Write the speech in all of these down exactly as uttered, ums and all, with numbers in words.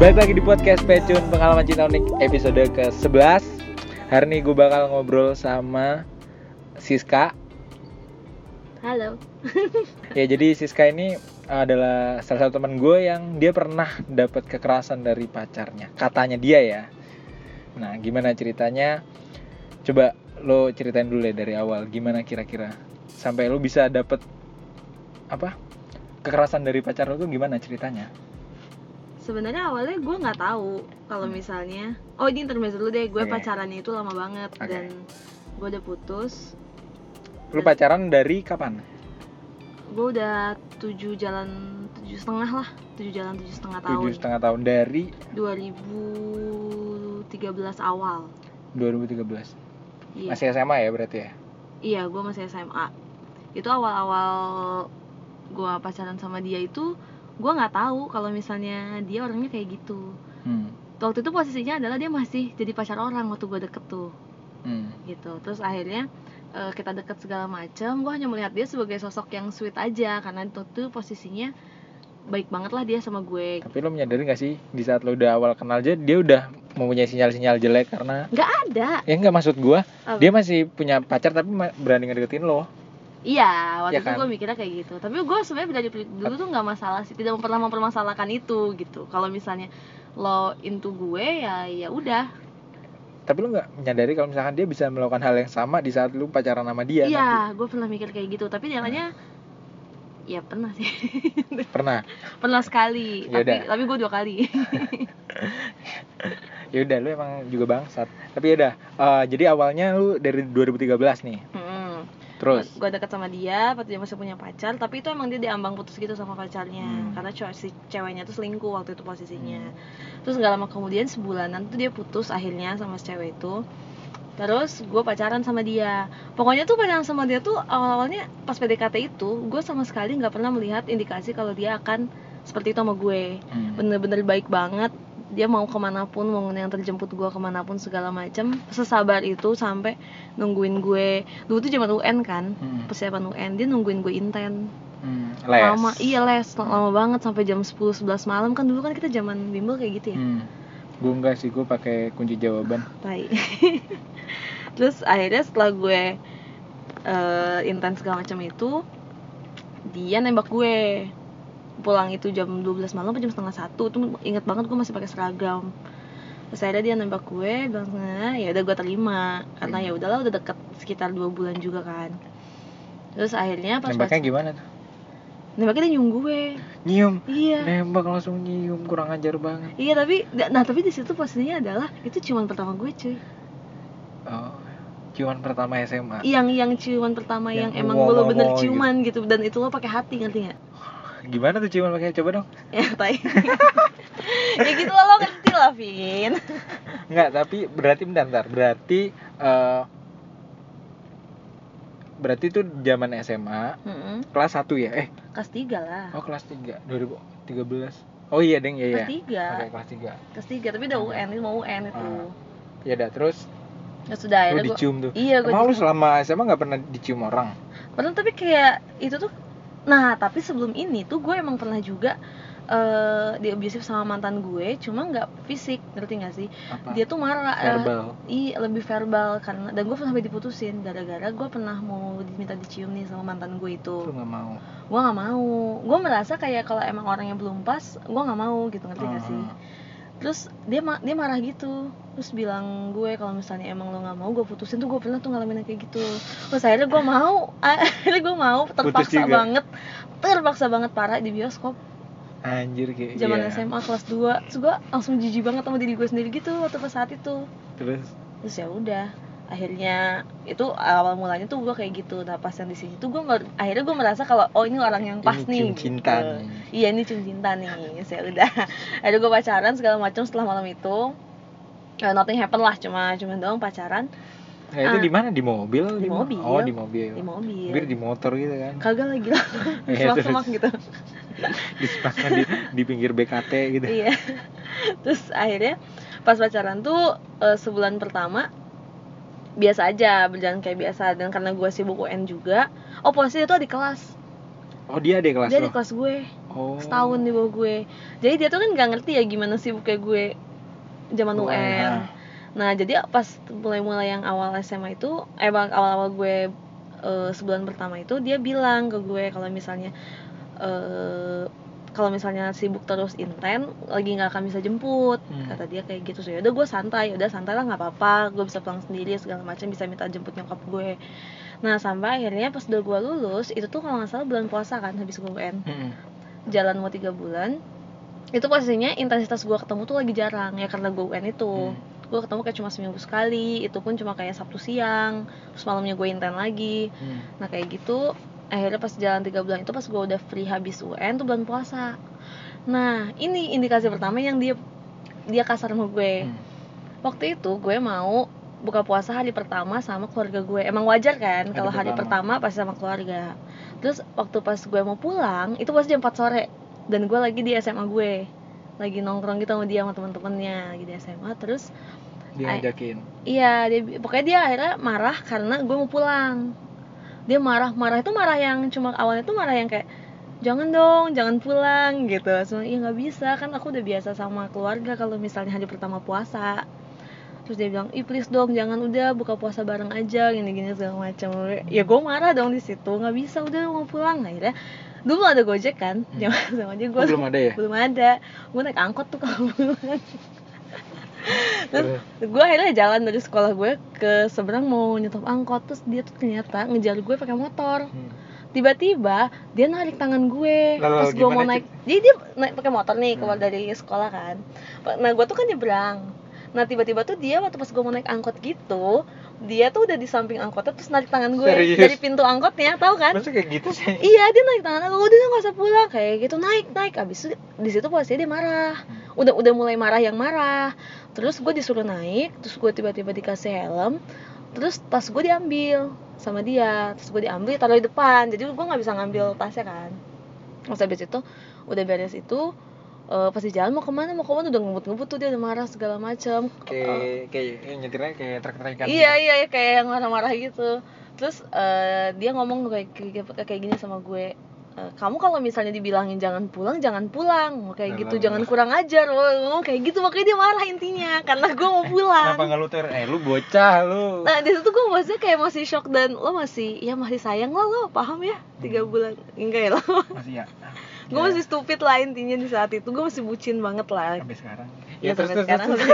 Balik lagi di podcast Pecun Pengalaman Cinta Unik episode ke sebelas. Hari ini gue bakal ngobrol sama Siska. Halo. Ya, jadi Siska ini adalah salah satu teman gue yang dia pernah dapat kekerasan dari pacarnya. Katanya dia ya. Nah, gimana ceritanya? Coba lo ceritain dulu deh dari awal. Gimana kira-kira sampai lo bisa dapat apa? Kekerasan dari pacar lo tuh gimana ceritanya? Sebenarnya awalnya gue nggak tahu kalau misalnya, oh ini intermezzo dulu deh, gue okay. pacarannya itu lama banget okay. Dan gue udah putus. Lu pacaran dari kapan? Gue udah tujuh jalan tujuh setengah lah, tujuh jalan tujuh setengah tahun. Tujuh setengah tahun dari dua ribu tiga belas awal. dua ribu tiga belas. Iya. Masih S M A ya berarti ya? Iya, gue masih S M A. Itu awal-awal gue pacaran sama dia itu, gue nggak tahu kalau misalnya dia orangnya kayak gitu. Hmm. Waktu itu posisinya adalah dia masih jadi pacar orang waktu gue deket tuh. Hmm. Gitu. Terus akhirnya uh, kita deket segala macam. Gue hanya melihat dia sebagai sosok yang sweet aja karena itu tuh posisinya baik banget lah dia sama gue. Tapi lo menyadari nggak sih di saat lo udah awal kenal aja dia udah mempunyai sinyal-sinyal jelek karena? Nggak ada. Ya nggak, maksud gue oh. Dia masih punya pacar tapi berani ngedeketin lo. Iya, waktu ya itu kan? Gue mikirnya kayak gitu. Tapi gue sebenarnya dari dulu tuh nggak masalah sih, tidak pernah mempermasalahkan itu gitu. Kalau misalnya lo into gue ya ya udah. Tapi lo nggak menyadari kalau misalkan dia bisa melakukan hal yang sama di saat lo pacaran sama dia? Iya, gue pernah mikir kayak gitu. Tapi nyatanya, hmm. ya pernah sih. Pernah. Pernah sekali. Yaudah. Tapi tapi gue dua kali. Ya udah, lo emang juga bangsat. Tapi ya udah. Uh, jadi awalnya lo dari dua ribu tiga belas nih. Hmm. Terus gue deket sama dia, pas dia masih punya pacar, tapi itu emang dia diambang putus gitu sama pacarnya, hmm. karena cowok si ceweknya tuh selingkuh waktu itu posisinya. Hmm. Terus nggak lama kemudian sebulanan tuh dia putus akhirnya sama si cewek itu. Terus gue pacaran sama dia. Pokoknya tuh pacaran sama dia tuh awal-awalnya pas P D K T itu, gue sama sekali nggak pernah melihat indikasi kalau dia akan seperti itu sama gue. Hmm. Bener-bener baik banget. Dia mau kemanapun, mau yang terjemput gue kemanapun segala macam, sesabar itu sampai nungguin gue. Dulu tuh zaman U N kan, hmm. persiapan U N, dia nungguin gue inten. Hmm, les. Lama, iya les, lama banget sampai jam sepuluh sebelas malam kan, dulu kan kita zaman bimbel kayak gitu ya. Hmm. Gue enggak sih, gue pakai kunci jawaban. Tai. Terus akhirnya setelah gue uh, inten segala macam itu, dia nembak gue. Pulang itu jam dua belas malam, jam setengah satu, tuh inget banget gue masih pakai seragam. Terus akhirnya dia nembak gue, bilang nah, ya udah gue terima karena ya udahlah udah deket sekitar dua bulan juga kan. Terus akhirnya pas nembaknya pas, gimana tuh? Nembaknya dia nyium gue. Nyium? Iya. Nembak langsung nyium, kurang ajar banget. Iya tapi, nah tapi di situ posisinya adalah itu ciuman pertama gue cuy. Oh, ciuman pertama S M A. Yang yang ciuman pertama yang, yang emang bener-bener ciuman gitu. gitu dan itu lo pakai hati, ngerti nggak? Gimana tuh ciuman pakai, coba dong. Ya tai. Ya gitu lah, lo ngerti lah Vin. Enggak, tapi berarti bentar, bentar. Berarti uh, berarti itu zaman S M A, mm-hmm. kelas satu ya? Eh, kelas tiga lah. Oh, kelas tiga, dua ribu tiga belas. Oh iya, Deng, ya ya. Kelas tiga. Oke, kelas tiga. Kelas tiga, tapi udah U N, ini mau U N itu. Uh, ya udah, terus ya sudah ya. Lu dicium gua, tuh. Iya, gue. Emang lu selama S M A enggak pernah dicium orang? Pernah, tapi kayak itu tuh. Nah, tapi sebelum ini tuh gue emang pernah juga uh, di abusive sama mantan gue, cuma nggak fisik, ngerti nggak sih? Apa? Dia tuh marah. Verbal. Uh, iya, lebih verbal karena, dan gue sampai diputusin gara-gara gue pernah mau diminta dicium nih sama mantan gue itu. Lu nggak mau? Gue nggak mau. Gue merasa kayak kalau emang orangnya belum pas, gue nggak mau gitu, ngerti nggak uh-huh. sih? Terus dia ma- dia marah gitu, terus bilang gue kalau misalnya emang lo nggak mau gue putusin. Tuh gue pernah tuh ngalamin kayak gitu. Terus akhirnya gue mau, akhirnya gue mau, terpaksa banget, terpaksa banget parah di bioskop. Anjir kayak. Zaman yeah. S M A kelas dua, terus gue langsung jijik banget sama diri gue sendiri gitu waktu pas saat itu. Terus? Terus ya udah, akhirnya itu awal mulanya tuh gue kayak gitu. Nah pas yang di sini tuh gue akhirnya gue merasa kalau oh ini orang yang pas ini nih. Cium cinta gitu. nih. Iya ini cium cinta nih. Saya udah. Akhirnya gue pacaran segala macam setelah malam itu. Uh, nothing happen lah, cuma cuma doang pacaran. Nah itu ah, di mana? Di mobil? Di mobil. Oh di mobil. Di mobil. Biar di motor gitu kan? Kagak lagi lah. Di semak-semak gitu. Di semaknya di, di pinggir B K T gitu. Iya. Terus akhirnya pas pacaran tuh uh, sebulan pertama biasa aja, berjalan kayak biasa. Dan karena gue sibuk U N juga, oh posisi itu di kelas. Oh dia di kelas Dia lo? di kelas gue. Oh. Setahun di bawah gue. Jadi dia tuh kan nggak ngerti ya gimana sibuknya gue zaman U N. Nah jadi pas mulai-mulai yang awal S M A itu, eh awal-awal gue uh, sebulan pertama itu dia bilang ke gue kalau misalnya uh, kalau misalnya sibuk terus inten lagi nggak akan bisa jemput, hmm. kata dia kayak gitu. So ya udah gue santai, udah santai lah nggak apa-apa, gue bisa pulang sendiri segala macam, bisa minta jemput nyokap gue. Nah sampai akhirnya pas udah gue lulus itu tuh kalau nggak salah bulan puasa kan habis gue U N, hmm. jalan mau tiga bulan, itu posisinya intensitas gue ketemu tuh lagi jarang ya karena gue U N itu. Hmm. Gue ketemu kayak cuma seminggu sekali, itu pun cuma kayak Sabtu siang, terus malamnya gue inten lagi. hmm. Nah kayak gitu akhirnya pas jalan tiga bulan itu pas gue udah free habis U N tuh bulan puasa. Nah ini indikasi pertama yang dia dia kasar sama gue. hmm. Waktu itu gue mau buka puasa hari pertama sama keluarga gue. Emang wajar kan kalau hari pertama pasti sama keluarga. Terus waktu pas gue mau pulang itu pas jam empat sore dan gue lagi di S M A gue, lagi nongkrong gitu sama dia sama teman-temannya lagi di S M A. Terus dia ngajakin. Iya, dia pokoknya dia akhirnya marah karena gue mau pulang. Dia marah-marah itu marah yang cuma awalnya tuh marah yang kayak jangan dong, jangan pulang gitu. Semua iya nggak bisa kan aku udah biasa sama keluarga kalau misalnya hari pertama puasa. Terus dia bilang ih please dong jangan, udah buka puasa bareng aja gini-gini segala macam. Ya gue marah dong di situ, nggak bisa udah mau pulang. Akhirnya dulu ada Gojek kan, hmm. jangan sama aja gue. Oh, belum ada ya? Belum ada. Gue naik angkot tuh kalau pulang. Terus gue akhirnya jalan dari sekolah gue ke seberang mau nyetop angkot, terus dia tuh ternyata ngejar gue pakai motor. hmm. Tiba-tiba dia narik tangan gue. Lalu, pas gue mau naik, jadi dia naik pakai motor nih keluar hmm. dari sekolah kan. Nah gue tuh kan nyebrang. Nah tiba-tiba tuh dia waktu pas gue mau naik angkot gitu, dia tuh udah di samping angkotnya terus narik tangan gue. Serius? Dari pintu angkotnya, tahu kan? Masa kayak gitu sih? Iya, dia narik tangan aku, udah nggak usah pulang kayak gitu, naik naik. Abis itu di situ posisinya dia marah, udah udah mulai marah yang marah. Terus gue disuruh naik, terus gue tiba-tiba dikasih helm, terus tas gue diambil sama dia, terus gue diambil taruh di depan, jadi gue nggak bisa ngambil tasnya kan. Terus habis itu udah beres itu. Uh, pas di jalan mau kemana mau kemana udah ngebut-ngebut tuh dia udah marah segala macam. Kayak uh, kayak nyetirnya kayak trek-trekan. Iya gitu. iya kayak yang marah-marah gitu. Terus uh, dia ngomong kayak, kayak kayak gini sama gue. Uh, kamu kalau misalnya dibilangin jangan pulang jangan pulang kayak nah, gitu, jangan lah. Kurang ajar loh kayak gitu, makanya dia marah intinya karena gue mau pulang. Kenapa nggak lu ter eh lu bocah lu. Nah di situ gue maksudnya kayak masih shock dan lo masih ya masih sayang lo lo paham ya tiga hmm. bulan enggak ya lo masih ya. Gue ya. Masih stupid lah intinya di saat itu, gue masih bucin banget lah sampai sekarang ya, ya terus, sampai terus, sekarang terus.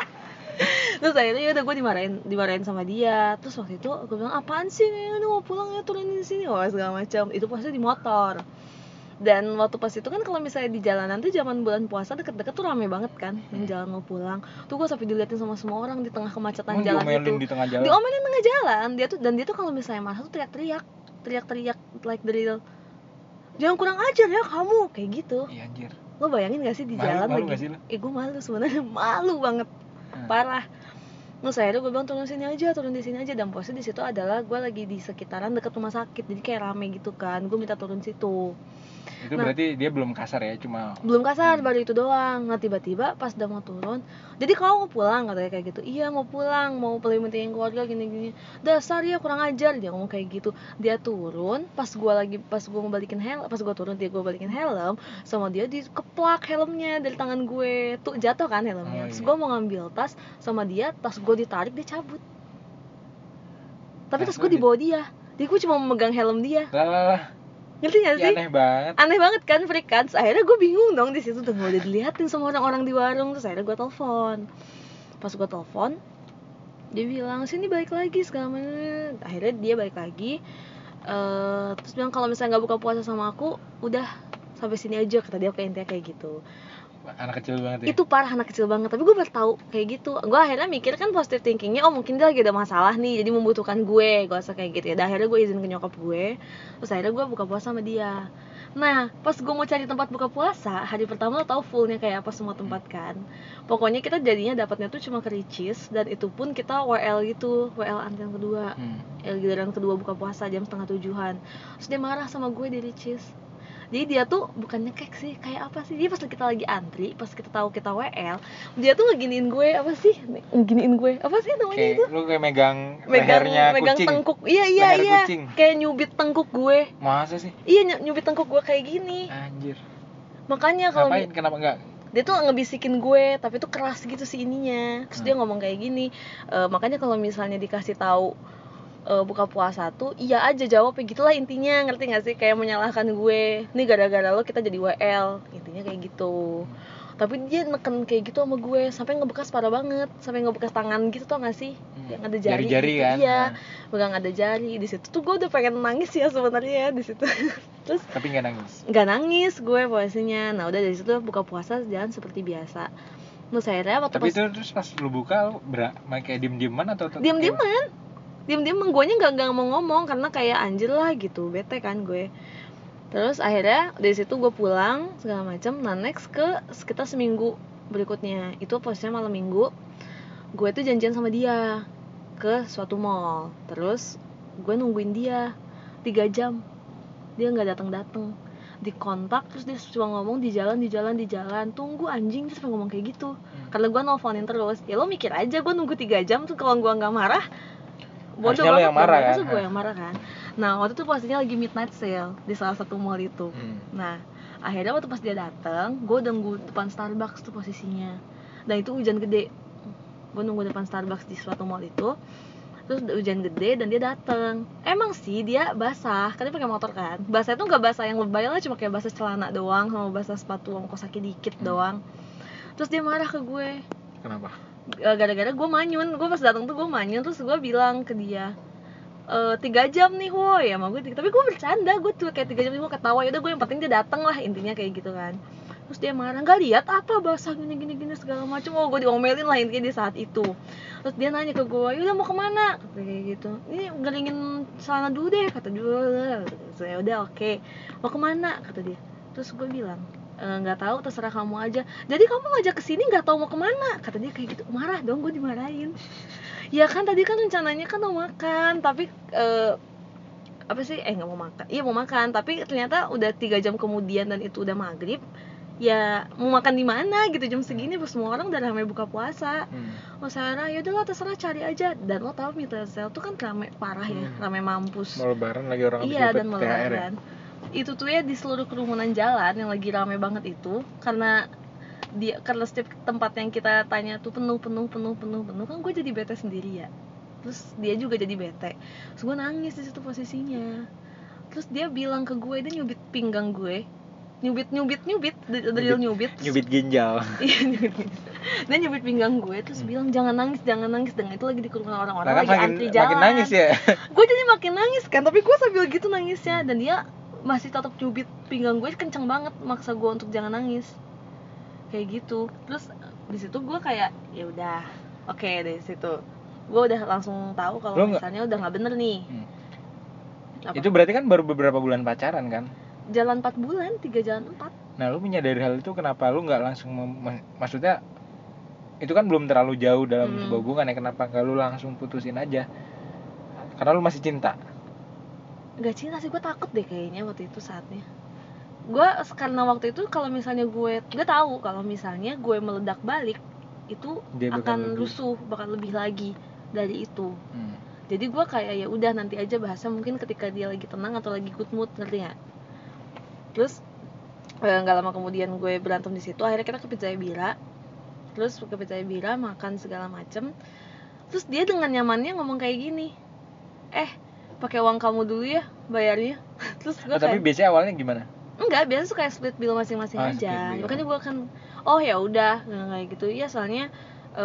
Terus akhirnya udah gue dimarahin dimarahin sama dia. Terus waktu itu gue bilang apaan sih, udah mau pulang ya turunin di sini wah segala macam. Itu pasti di motor. Dan waktu pas itu kan kalau misalnya di jalanan tuh zaman bulan puasa deket-deket tuh rame banget kan yang jalan mau pulang. Tuh gue sampai diliatin sama semua orang di tengah kemacetan oh, jalan itu. Di tengah jalan. Diomelin di tengah jalan. Dia tuh dan dia tuh kalau misalnya marah tuh teriak-teriak, teriak-teriak like drill. Jangan kurang ajar ya kamu kayak gitu. Iya anjir. Lo bayangin gak sih di malu, jalan malu lagi? Gak eh gue malu sebenarnya, malu banget, hmm. parah. Terus akhirnya gue bilang turun sini aja, turun di sini aja. Dan posisi di situ adalah gue lagi di sekitaran dekat rumah sakit, jadi kayak rame gitu kan. Gue minta turun situ. Itu nah, berarti dia belum kasar ya, cuma belum kasar, hmm. baru itu doang. Nah tiba-tiba pas udah mau turun, jadi kamu mau pulang katanya kayak gitu. Iya mau pulang, mau pentingin keluarga gini-gini. Dasar ya kurang ajar, dia ngomong kayak gitu. Dia turun, pas gue lagi pas gue mau balikin helm, pas gue turun dia gue balikin helm, sama dia dikeplak helmnya dari tangan gue. Tuh jatuh kan helmnya. Oh, Terus iya. gue mau ngambil tas sama dia, tas gue ditarik dia cabut. Tapi tas gue dibawa dia. Dia gue cuma memegang helm dia. Lah lah lah. Ngerti gak sih? Ya, aneh banget. Aneh banget kan, freak kan. Akhirnya gue bingung dong di situ tuh, gue udah diliatin sama orang-orang di warung. Terus akhirnya gue telepon. Pas gue telepon, dia bilang sini balik lagi segala macam. Akhirnya dia balik lagi. Uh, terus bilang kalau misalnya nggak buka puasa sama aku, udah sampai sini aja kata dia, kayak intinya kayak gitu. Anak kecil banget ya? Itu parah, anak kecil banget. Tapi gue baru tahu kayak gitu. Gue akhirnya mikir kan positive thinkingnya, oh mungkin dia lagi ada masalah nih, jadi membutuhkan gue. Gue rasa kayak gitu ya. Dan akhirnya gue izin ke nyokap gue. Terus akhirnya gue buka puasa sama dia. Nah pas gue mau cari tempat buka puasa, hari pertama lo tau fullnya kayak apa semua tempat kan. Pokoknya kita jadinya dapatnya tuh cuma ke Ricis. Dan itu pun kita W L gitu, W L antrian kedua, hmm. giliran kedua buka puasa jam setengah tujuhan. Terus dia marah sama gue di Ricis. Jadi dia tuh bukan nyekek sih, kayak apa sih? Dia pas kita lagi antri, pas kita tahu kita W L, dia tuh ngeginiin gue, apa sih? Ngeginiin gue, apa sih namanya kayak, itu? Lu kayak megang, megang lehernya megang kucing. tengkuk, iya iya Leher iya, kucing. kayak nyubit tengkuk gue. Masa sih? Iya nyubit tengkuk gue kayak gini. Anjir. Makanya kalau ngapain, kenapa enggak? Dia tuh ngebisikin gue, tapi tuh keras gitu sih ininya. Terus hmm. dia ngomong kayak gini, e, makanya kalau misalnya dikasih tahu e, buka puasa tuh iya aja jawabnya, gitulah intinya, ngerti gak sih? Kayak menyalahkan gue, nih gara-gara lo kita jadi W L, intinya kayak gitu. hmm. Tapi dia neken kayak gitu sama gue, sampai ngebekas parah banget, sampai ngebekas tangan gitu, tau gak sih? hmm. Yang ada jari, jari-jari gitu. Kan? Iya, pegang ada jari. Di situ tuh gue udah pengen nangis ya sebenarnya di situ. Terus tapi nggak nangis nggak nangis gue puasanya. Nah udah dari situ buka puasa jalan seperti biasa. Terus akhirnya waktu tapi pas, itu terus pas lu buka lu ber- kayak diem-dieman atau diem-dieman diem-dieman guanya nggak nggak mau ngomong karena kayak anjir lah gitu, bete kan gue. Terus akhirnya dari situ gue pulang segala macam. Nah next ke sekitar seminggu berikutnya, itu posisinya malam minggu, gue tuh janjian sama dia ke suatu mall. Terus gue nungguin dia tiga jam, dia nggak datang-datang. Dikontak terus dia cuma ngomong di jalan di jalan di jalan, tunggu anjing, terus ngomong kayak gitu. hmm. Karena gue nelfonin terus, ya lo mikir aja gue nunggu tiga jam tuh, kalau gue nggak marah bodoh banget, yang marah kan? Gue yang marah kan. Nah waktu itu posisinya lagi midnight sale di salah satu mall itu. hmm. Nah akhirnya waktu pas dia datang, gue udah nunggu depan Starbucks tuh posisinya. Dan itu hujan gede, gue nunggu depan Starbucks di suatu mall itu. Terus hujan gede dan dia datang. Emang sih dia basah, kan dia pakai motor kan. Basah itu nggak basah yang lebay lah, cuma kayak basah celana doang sama basah sepatu sama kos kaki dikit hmm. doang. Terus dia marah ke gue. Kenapa? Gara-gara gue manyun. Gue pas datang tuh gue manyun, terus gue bilang ke dia, e, tiga jam nih woi sama gue. Tapi gue bercanda, gue tuh kayak tiga jam gue ketawa. Yaudah gue yang penting dia datang lah, intinya kayak gitu kan. Terus dia marah, nggak lihat apa basah gini gini gini segala macam. Oh gue diomelin lah intinya di saat itu. Terus dia nanya ke gue, yaudah mau kemana? Kata kayak gitu. Ini ngeringin celana dulu deh, kata dia. Saya udah oke. Okay. Mau kemana? Kata dia. Terus gue bilang, nggak e, tahu, terserah kamu aja. Jadi kamu ngajak kesini nggak tahu mau kemana? Kata dia kayak gitu. Marah dong, gue dimarahin. Ya kan tadi kan rencananya kan mau makan, tapi e, apa sih? Eh nggak mau makan. Iya mau makan, tapi ternyata udah tiga jam kemudian dan itu udah maghrib. Ya mau makan di mana gitu jam segini, pas semua orang udah ramai buka puasa. hmm. Oh Sarah, ya udahlah terserah cari aja. Dan lo tau midnight sale tuh kan ramai parah ya, hmm. ramai mampus. Mau lebaran lagi orang habis iya, dapat dan T H R ya? Itu tuh ya di seluruh kerumunan jalan yang lagi ramai banget itu, karena dia karena setiap tempat yang kita tanya tuh penuh penuh penuh penuh penuh kan, gue jadi bete sendiri ya. Terus dia juga jadi bete. Terus gue nangis di situ posisinya. Terus dia bilang ke gue, dia nyubit pinggang gue. nyubit nyubit nyubit dari nyubit nyubit ginjal. Iya nyubit dia nyubit pinggang gue terus hmm. bilang jangan nangis jangan nangis. Dan itu lagi di kerumunan orang-orang nah, kan lagi makin, antri jalan. Makin nangis ya. Gue jadi makin nangis kan, tapi gue sambil gitu nangisnya. Dan dia masih tetap nyubit pinggang gue kenceng banget, maksa gue untuk jangan nangis kayak gitu. Terus di situ gue kayak ya udah oke okay, dari situ gue udah langsung tahu kalau misalnya udah nggak bener nih. hmm. Itu berarti kan baru beberapa bulan pacaran kan? Jalan empat bulan, tiga jalan empat. Nah lu menyadari hal itu, kenapa lu gak langsung mem- maksudnya itu kan belum terlalu jauh dalam hmm. sebuah hubungan ya, kenapa gak lu langsung putusin aja? Karena lu masih cinta? Gak cinta sih, gue takut deh kayaknya waktu itu saatnya. Gue karena waktu itu kalau misalnya gue gue tahu kalau misalnya gue meledak balik itu dia akan lebih. rusuh, bakal lebih lagi dari itu. hmm. Jadi gue kayak ya udah nanti aja bahasa, mungkin ketika dia lagi tenang atau lagi good mood, ngerti gak? Terus nggak lama kemudian gue berantem di situ. Akhirnya kita ke Pizza Bira. Terus ke Pizza Bira makan segala macem. Terus dia dengan nyamannya ngomong kayak gini, eh pakai uang kamu dulu ya bayarnya. Terus gue oh, kayak, tapi biasanya awalnya gimana? Enggak, biasa suka split bill masing-masing ah, aja. Makanya gue kan oh ya udah kayak gitu ya, soalnya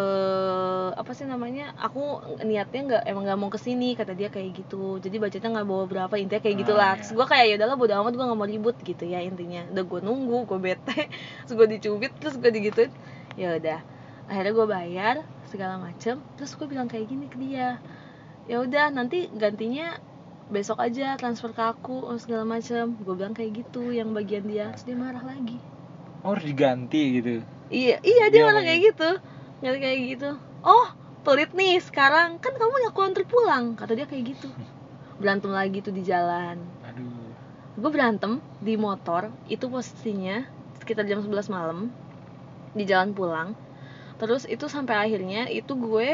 Uh, apa sih namanya, aku niatnya nggak emang nggak mau kesini, kata dia kayak gitu. Jadi budgetnya nggak bawa berapa, intinya kayak gitulah. Ah, terus gue kayak ya udahlah bodo amat, gue nggak mau ribut gitu ya intinya. Udah gue nunggu, gue bete, terus gue dicubit, terus gue digituin. Ya udah, akhirnya gue bayar segala macem. Terus gue bilang kayak gini ke dia, ya udah nanti gantinya besok aja transfer ke aku segala macem. Gue bilang kayak gitu yang bagian dia. Terus dia marah lagi. Oh diganti gitu? Iya iya dia, dia marah kayak gitu. Nggak kayak gitu. Oh pelit nih sekarang, kan kamu yang aku antar pulang, kata dia kayak gitu. Berantem lagi tuh di jalan. Aduh. Gue berantem di motor, itu posisinya sekitar jam sebelas malam di jalan pulang. Terus itu sampai akhirnya itu gue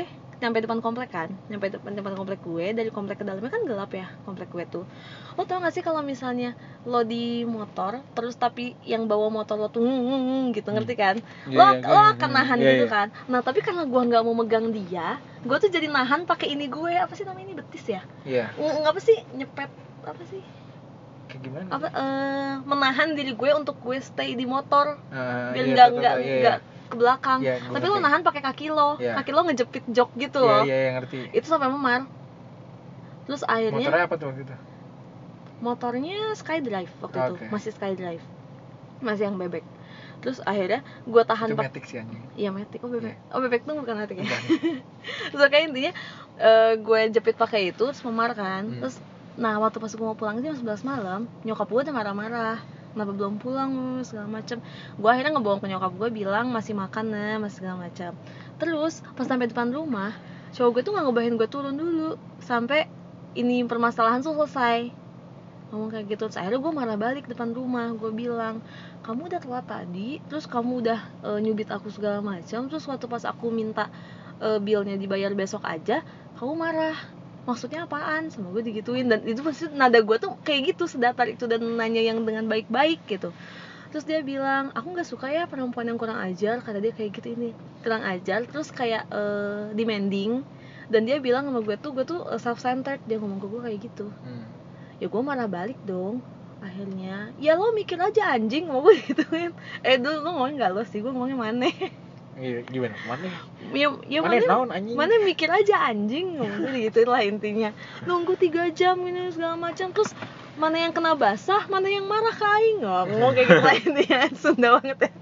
nyampe depan komplek kan, nyampe depan depan komplek gue, dari komplek ke dalamnya kan gelap ya komplek gue tuh. Lo tau gak sih kalau misalnya lo di motor terus tapi yang bawa motor lo tuh ngeng gitu, ngerti kan? Hmm. Lo Yeah, yeah, lo yeah, akan yeah, nahan yeah, gitu yeah. kan. Nah tapi karena gue nggak mau megang dia, gue tuh jadi nahan pakai ini gue, apa sih namanya ini, betis ya? Iya. Yeah. Nggak apa sih, nyepet apa sih? Kayak gimana? Apa uh, menahan diri gue untuk gue stay di motor Uh, biar iya, nggak tau, nggak tau, iya, nggak iya. ke belakang. Iya, gua Tapi lo ngerti. nahan pakai kaki lo, Iya. kaki lo ngejepit jok gitu Iya, loh. iya, iya, ngerti. Itu sampai memar. Terus akhirnya Motornya apa tuh waktu itu? motornya Skydrive waktu Oh, itu, okay. masih Skydrive, masih yang bebek. Terus akhirnya gue tahan Itu pak- Matic sih anjing. Iya Matic, oh bebek, Iya. oh bebek tuh bukan Matic ya. Bukan. Terus kayak intinya uh, gue jepit pakai itu, terus memar kan. Hmm. Terus nah waktu pas gue mau pulang itu jam sebelas malam, nyokap gue udah marah-marah, kenapa belum pulang segala macam. Gue akhirnya ngebohong ke nyokap gue, bilang masih makan nah, masih segala macam. Terus pas sampai depan rumah, cowok gue tuh nggak ngebolehin gue turun dulu sampai ini permasalahan tuh selesai. Ngomong kayak gitu. Terus akhirnya gue marah balik depan rumah, gue bilang kamu udah telat tadi, terus kamu udah uh, nyubit aku segala macam, terus waktu pas aku minta uh, billnya dibayar besok aja, kamu marah. Maksudnya apaan? Sama gue digituin. Dan itu pasti nada gue tuh kayak gitu, sedatar itu, dan nanya yang dengan baik-baik gitu. Terus dia bilang, aku gak suka ya perempuan yang kurang ajar, kata dia kayak gitu, ini kurang ajar, terus kayak uh, demanding. Dan dia bilang sama gue tuh, gue tuh uh, self-centered, dia ngomong ke gue kayak gitu. hmm. Ya gue marah balik dong. Akhirnya, ya lo mikir aja anjing, ngomong gue gituin. Eh dulu gue ngomongnya gak lo sih, gue ngomongnya maneh. Gimana? Mana? Ya, ya mana mana, naon anjing? Mana mikir aja anjing, ngomong gitu lah intinya. Nunggu tiga jam ini segala macam, terus mana yang kena basah, mana yang marah ke aing, ngomong kayak gitu lah intinya. Sunda banget ya.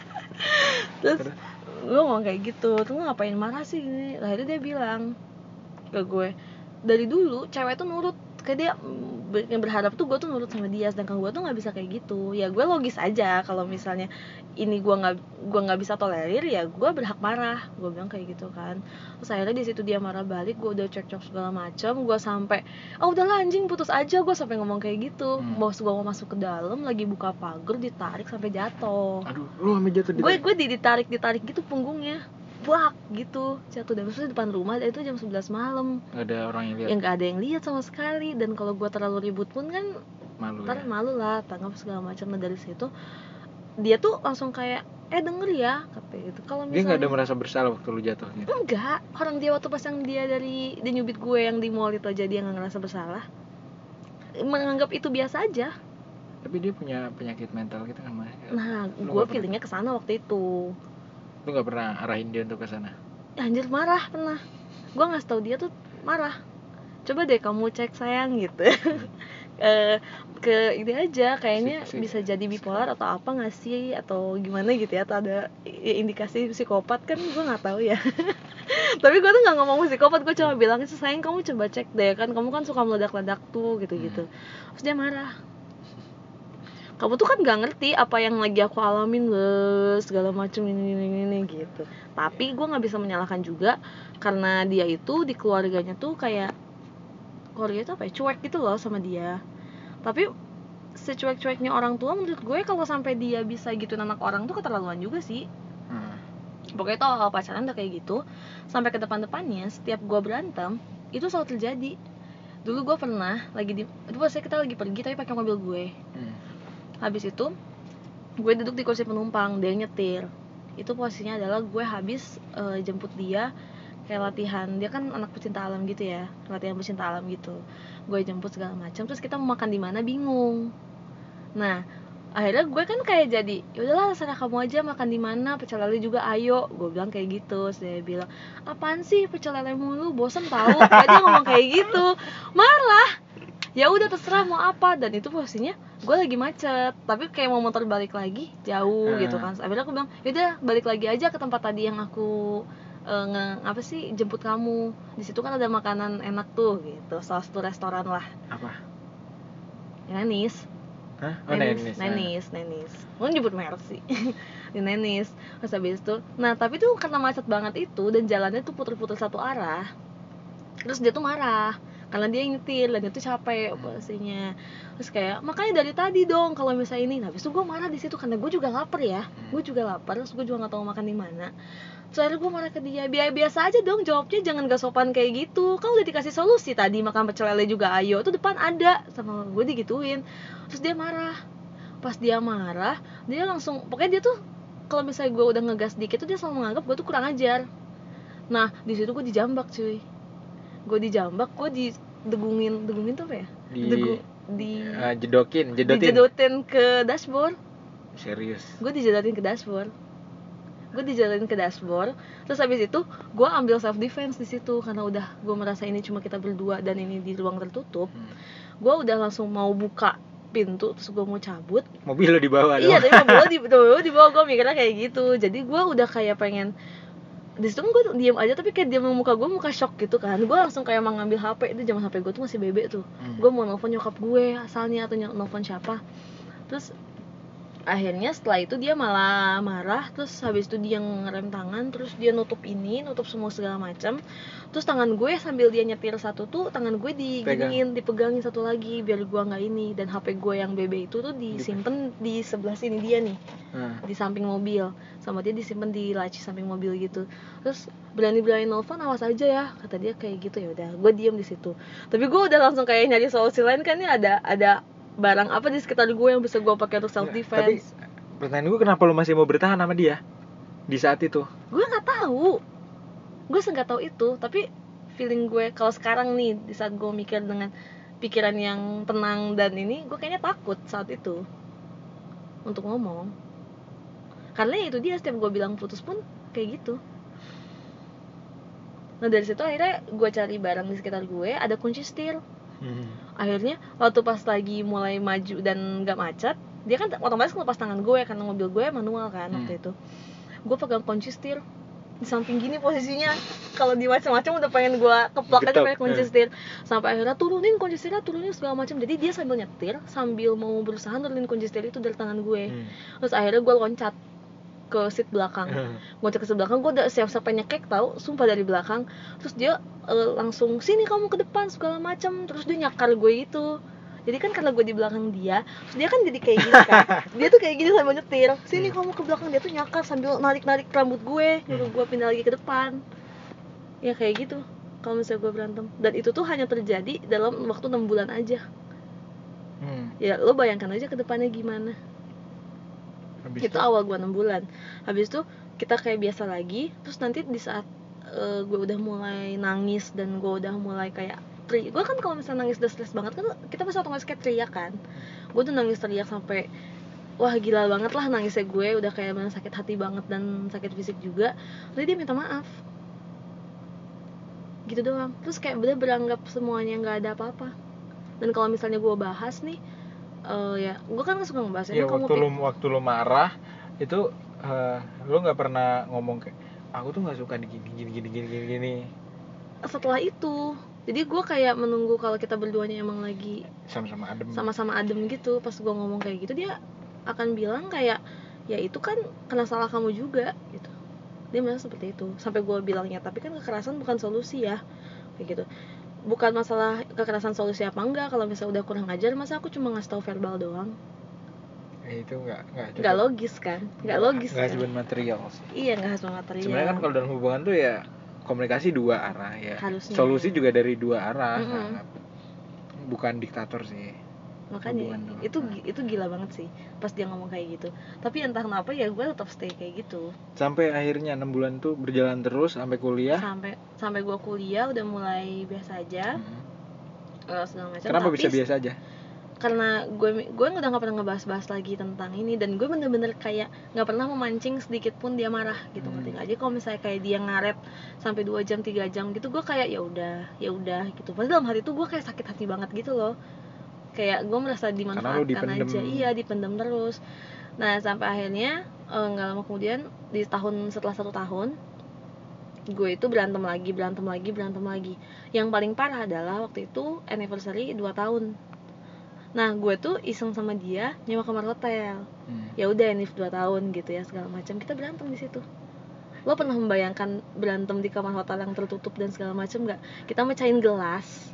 Terus gue ngomong kayak gitu, terus ngapain marah sih ini? Akhirnya dia bilang ke gue, dari dulu cewek tuh nurut, kayak dia yang berharap tuh gue tuh nurut sama dia, sedangkan gue tuh nggak bisa kayak gitu. Ya gue logis aja kalau misalnya ini gue nggak gue nggak bisa tolerir, ya gue berhak marah, gue bilang kayak gitu kan. Terus akhirnya di situ dia marah balik, gue udah cekcok segala macam, gue sampai oh udahlah anjing putus aja, gue sampai ngomong kayak gitu. hmm. Bos gue mau masuk ke dalam, lagi buka pagar, ditarik sampai jatuh. Aduh, lu sampai jatuh. Gue gue ditarik ditarik gitu punggungnya, buak gitu, jatuh. Dan terus di depan rumah, itu jam sebelas malam, nggak ada orang yang lihat, yang nggak ada yang lihat sama sekali. Dan kalau gue terlalu ribut pun kan malu, ntar ya? malu lah, tanggap segala macam. Nah dari situ dia tuh langsung kayak eh denger ya, katanya gitu. Kalau misalnya dia nggak ada merasa bersalah waktu lu jatuh gitu? Enggak, orang dia waktu pas yang dia dari dia nyubit gue yang di mall itu aja dia nggak ngerasa bersalah, menganggap itu biasa aja. Tapi dia punya penyakit mental gitu kan, Mas? Nah gue feelingnya kesana waktu itu. Lu nggak pernah arahin dia untuk kesana? Ya, anjir marah pernah. Gue ngasih tau dia tuh marah. Coba deh kamu cek sayang gitu. e, ke ini aja kayaknya si, si, bisa jadi bipolar atau apa nggak sih, atau gimana gitu ya, atau ada indikasi psikopat kan, gue nggak tahu ya. Tapi gue tuh nggak ngomong psikopat, gue cuma bilang sayang kamu coba cek deh, kan kamu kan suka meledak-ledak tuh gitu-gitu. Terus dia marah, kamu tuh kan nggak ngerti apa yang lagi aku alamin loh, segala macem ini, ini ini gitu. Tapi gue nggak bisa menyalahkan juga, karena dia itu di keluarganya tuh kayak keluarga itu apa ya, cuek gitu loh sama dia. Tapi secuek-cueknya orang tua menurut gue, kalau sampai dia bisa gituin anak orang tuh keterlaluan juga sih. hmm. Pokoknya itu awal pacaran udah kayak gitu, sampai ke depan-depannya setiap gue berantem itu selalu terjadi. Dulu gue pernah lagi di, itu pas kita lagi pergi tapi pakai mobil gue. hmm. Habis itu gue duduk di kursi penumpang, dia nyetir. Itu posisinya adalah gue habis uh, jemput dia kayak latihan, dia kan anak pecinta alam gitu ya, latihan pecinta alam gitu. Gue jemput segala macam, terus kita mau makan di mana bingung. Nah akhirnya gue kan kayak jadi ya udahlah terserah kamu aja makan di mana, pecel lele juga ayo, gue bilang kayak gitu. Terus dia bilang apaan sih pecel lele mulu, bosan tahu. Dia ngomong kayak gitu, marah. Ya udah terserah mau apa. Dan itu posisinya gue lagi macet, tapi kayak mau motor balik lagi jauh hmm. gitu kan. Akhirnya aku bilang yaudah balik lagi aja ke tempat tadi yang aku uh, nge apa sih jemput kamu. Di situ kan ada makanan enak tuh gitu, salah satu restoran lah. Apa? Nenis. Hah? Oh, Nenis, Nenis, Nenis. Mau nyebut merek sih. Di Nenis. Terus habis itu, nah tapi tuh karena macet banget itu dan jalannya tuh puter-puter satu arah. Terus dia tuh marah karena dia yang nyetir dan itu capek pastinya. Terus kayak makanya dari tadi dong kalau misalnya ini. Nah habis itu gue marah di situ karena gue juga lapar ya, gue juga lapar, terus gue juga nggak tahu makan di mana. Soalnya gue marah ke dia, biasa biasa aja dong jawabnya, jangan gak sopan kayak gitu. Kan udah dikasih solusi tadi, makan pecel lele juga ayo, itu depan ada, sama gue digituin. Terus dia marah. Pas dia marah, dia langsung, pokoknya dia tuh kalau misalnya gue udah ngegas dikit tuh dia selalu menganggap gue tuh kurang ajar. Nah di situ gue dijambak cuy, gue dijambak, gue didegungin, degungin tuh apa ya? Di Degu, di uh, jedokin, jedotin. Dijedotin ke dashboard. Serius. Gue dijedotin ke dashboard. Gue dijalan ke dashboard, terus habis itu gue ambil self defense di situ karena udah gue merasa ini cuma kita berdua dan ini di ruang tertutup. hmm. Gue udah langsung mau buka pintu, terus gue mau cabut, mobil lo dibawa iya tapi mobil lo di, dibawa, gue mikirnya kayak gitu. Jadi gue udah kayak pengen di situ, gue diam aja tapi kayak dia muka gue muka shock gitu kan. Gue langsung kayak mau ngambil H P, itu zaman H P gue tuh masih bebek tuh. hmm. Gue mau nelfon nyokap gue asalnya atau nelfon siapa. Terus akhirnya setelah itu dia malah marah, terus habis itu dia ngerem tangan, terus dia nutup ini, nutup semua segala macam. Terus tangan gue sambil dia nyetir satu tuh, tangan gue diginiin, dipegangin satu lagi biar gue nggak ini. Dan H P gue yang B B itu tuh disimpan di sebelah sini dia nih, hmm. di samping mobil, sama dia disimpan di laci samping mobil gitu. Terus berani-berani nelfon, awas aja ya, kata dia kayak gitu. Ya udah, gue diem di situ. Tapi gue udah langsung kayak nyari solusi lain kan, nih ada ada barang apa di sekitar gue yang bisa gue pakai untuk self defense. Tapi pertanyaan gue, kenapa lu masih mau bertahan sama dia di saat itu? Gue nggak tahu, gue nggak tahu itu. Tapi feeling gue kalau sekarang nih, di saat gue mikir dengan pikiran yang tenang dan ini, gue kayaknya takut saat itu untuk ngomong. Karena itu dia, setiap gue bilang putus pun kayak gitu. Nah dari situ akhirnya gue cari barang di sekitar gue, ada kunci setir. Hmm. Akhirnya waktu pas lagi mulai maju dan gak macet, dia kan otomatis ngelepas tangan gue karena mobil gue manual kan. hmm. Waktu itu gue pegang kunci setir di samping gini posisinya, kalau di macam-macam udah pengen gue keplak aja pakai kunci setir. Sampai akhirnya turunin kunci setirnya, turunin segala macam. Jadi dia sambil nyetir sambil mau berusaha nurunin kunci setir itu dari tangan gue. hmm. Terus akhirnya gue loncat ke seat belakang. Gue cek ke seat belakang, gue udah siap-siap nyekek tau, sumpah dari belakang. Terus dia uh, langsung sini kamu ke depan segala macam. Terus dia nyakar gue gitu. Jadi kan karena gue di belakang dia, terus dia kan jadi kayak gini kan. Dia tuh kayak gini sambil nyetir. Sini kamu ke belakang, dia tuh nyakar sambil narik-narik rambut gue, nyuruh gue pindah lagi ke depan. Ya kayak gitu. Kalau misalnya gue berantem. Dan itu tuh hanya terjadi dalam waktu enam bulan aja. Hmm. Ya lo bayangkan aja ke depannya gimana. Habis itu, itu awal gue enam bulan. Habis itu kita kayak biasa lagi. Terus nanti di saat uh, gue udah mulai nangis dan gue udah mulai kayak teriak. Gue kan kalau misalnya nangis udah stres banget kan, kita pasti otomatis kayak teriak kan. Gue tuh nangis teriak sampai wah gila banget lah nangisnya gue. Udah kayak bener sakit hati banget dan sakit fisik juga. Terus dia minta maaf gitu doang. Terus kayak bener beranggap semuanya gak ada apa-apa. Dan kalau misalnya gue bahas nih, Uh, ya, gue kan suka ngebahas ya, waktu lu waktu lu marah itu, uh, lu nggak pernah ngomong kayak aku tuh nggak suka gini gini gini gini gini gini. Setelah itu, jadi gue kayak menunggu kalau kita berduanya emang lagi sama-sama adem, sama-sama adem gitu. Pas gue ngomong kayak gitu, dia akan bilang kayak ya itu kan kena salah kamu juga gitu. Dia bilang seperti itu. Sampai gue bilangnya, tapi kan kekerasan bukan solusi ya, kayak gitu. Bukan masalah kekerasan solusi apa enggak, kalau misalnya udah kurang ajar masa aku cuma ngasih tau verbal doang. Eh, itu enggak enggak enggak logis kan? Enggak logis enggak kan? sebuah material sih. Iya, enggak sebuah material. Sebenarnya kan kalau dalam hubungan tuh ya komunikasi dua arah ya. Harusnya. Solusi juga dari dua arah. Mm-hmm. Nah, bukan diktator sih. Makanya itu nah. itu gila banget sih pas dia ngomong kayak gitu. Tapi entah kenapa ya gue tetap stay kayak gitu. Sampai akhirnya enam bulan tuh berjalan terus sampai kuliah. Sampai sampai gue kuliah udah mulai biasa aja. Hmm. Uh, segala macam. Kenapa tapi, bisa biasa aja? Karena gue gue udah nggak pernah ngebahas-bahas lagi tentang ini, dan gue bener-bener kayak nggak pernah memancing sedikit pun dia marah gitu. Hmm. Ngerti nggak? Aja kalau misalnya kayak dia ngaret sampai dua jam tiga jam gitu, gue kayak ya udah ya udah gitu. Padahal dalam hati tuh gue kayak sakit hati banget gitu loh. Kayak gue merasa dimanfaatkan aja, iya dipendam terus. Nah sampai akhirnya nggak uh, lama kemudian di tahun setelah satu tahun gue itu berantem lagi berantem lagi berantem lagi. Yang paling parah adalah waktu itu anniversary dua tahun. Nah gue tuh iseng sama dia nyewa kamar hotel. hmm. Ya udah anniv dua tahun gitu ya segala macam, kita berantem di situ. Lo pernah membayangkan berantem di kamar hotel yang tertutup dan segala macam nggak? Kita mecahin gelas,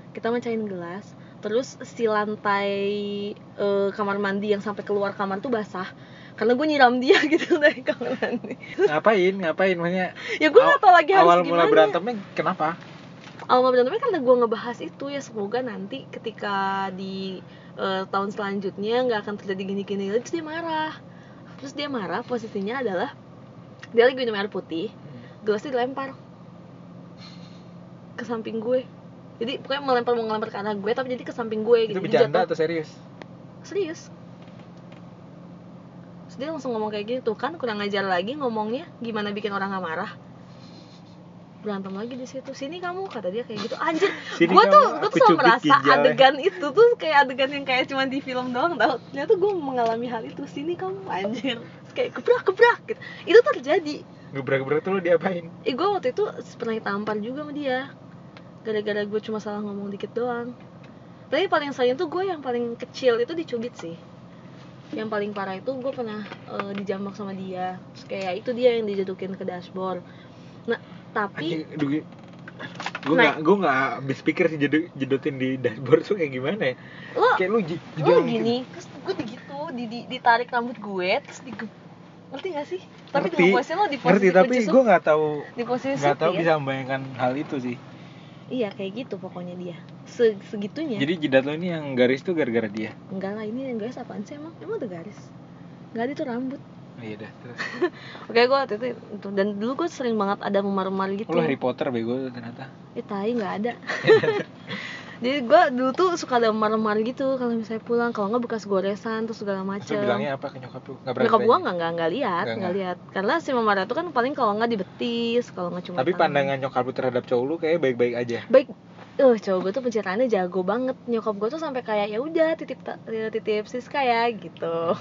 kita mecahin gelas, terus si lantai uh, kamar mandi yang sampai keluar kamar tuh basah karena gue nyiram dia gitu dari kamar mandi. Ngapain? Ngapain maksudnya? Ya gue nggak tahu lagi harus awal gimana. Awal mula berantemnya kenapa? Awal mula berantemnya karena gue ngebahas itu ya, semoga nanti ketika di uh, tahun selanjutnya nggak akan terjadi gini-gini lagi. Terus dia marah. Terus dia marah posisinya adalah dia lagi minum air putih, gelasnya dilempar ke samping gue. Jadi pokoknya melempar mau ngelempar ke arah gue tapi jadi ke samping gue gitu. Itu bercanda atau serius? Serius. Terus dia langsung ngomong kayak gitu, kan kurang ajar lagi ngomongnya, gimana bikin orang gak marah. Berantem lagi di situ. Sini kamu, kata dia kayak gitu. Anjir, gue tuh gue tuh selalu merasa adegan itu tuh kayak adegan yang kayak cuma di film doang tau. Ternyata gue mengalami hal itu. Sini kamu, anjir. Terus kayak gebrak-gebrak gitu. Itu terjadi. Gebrak-gebrak tuh lo diapain? Eh gue waktu itu pernah ditampar juga sama dia. Gara-gara gue cuma salah ngomong dikit doang. Tapi paling sayang tuh gue yang paling kecil itu dicubit sih. Yang paling parah itu gue pernah uh, dijambak sama dia. Terus kayak itu dia yang dijedukin ke dashboard. Nah tapi gue nggak gue nggak habis pikir sih jedut, jedutin di dashboard tuh kayak gimana ya? Lo, kayak lu lo gini, terus gue begitu di, di, ditarik rambut gue, terus di ngerti gak sih? Tapi ngerti, di posisi lo di posisi ngerti, tapi gue nggak tahu di posisi nggak tahu ya? Bisa membayangkan hal itu sih. Iya kayak gitu pokoknya dia. Se segitunya. Jadi jidat lo ini yang garis tuh gara-gara dia? Enggak lah, ini yang garis apaan sih emang? Emang ada garis? Enggak ada, itu rambut. Oh, iya dah terus. Oke, gue waktu itu, itu dan dulu gue sering banget ada memar-memar gitu. Oh, Harry Potter bego ternyata. Eh tai nggak ada. Jadi gue dulu tuh suka ada memar-memar gitu kalau misalnya pulang, kalau nggak bekas goresan terus segala macam. Terus bilangnya apa ke nyokap lu? Nggak berani. Nyokap gue nggak nggak nggak lihat, nggak, nggak lihat. Karena si memar itu kan paling kalau nggak di betis, kalau nggak cuma. Tapi tangan. Pandangan nyokap lu terhadap cowok lu kayak baik-baik aja. Baik. Uh, cowok gue tuh pencerahannya jago banget. Nyokap gue tuh sampai kayak ya udah titip titip Siska ya gitu.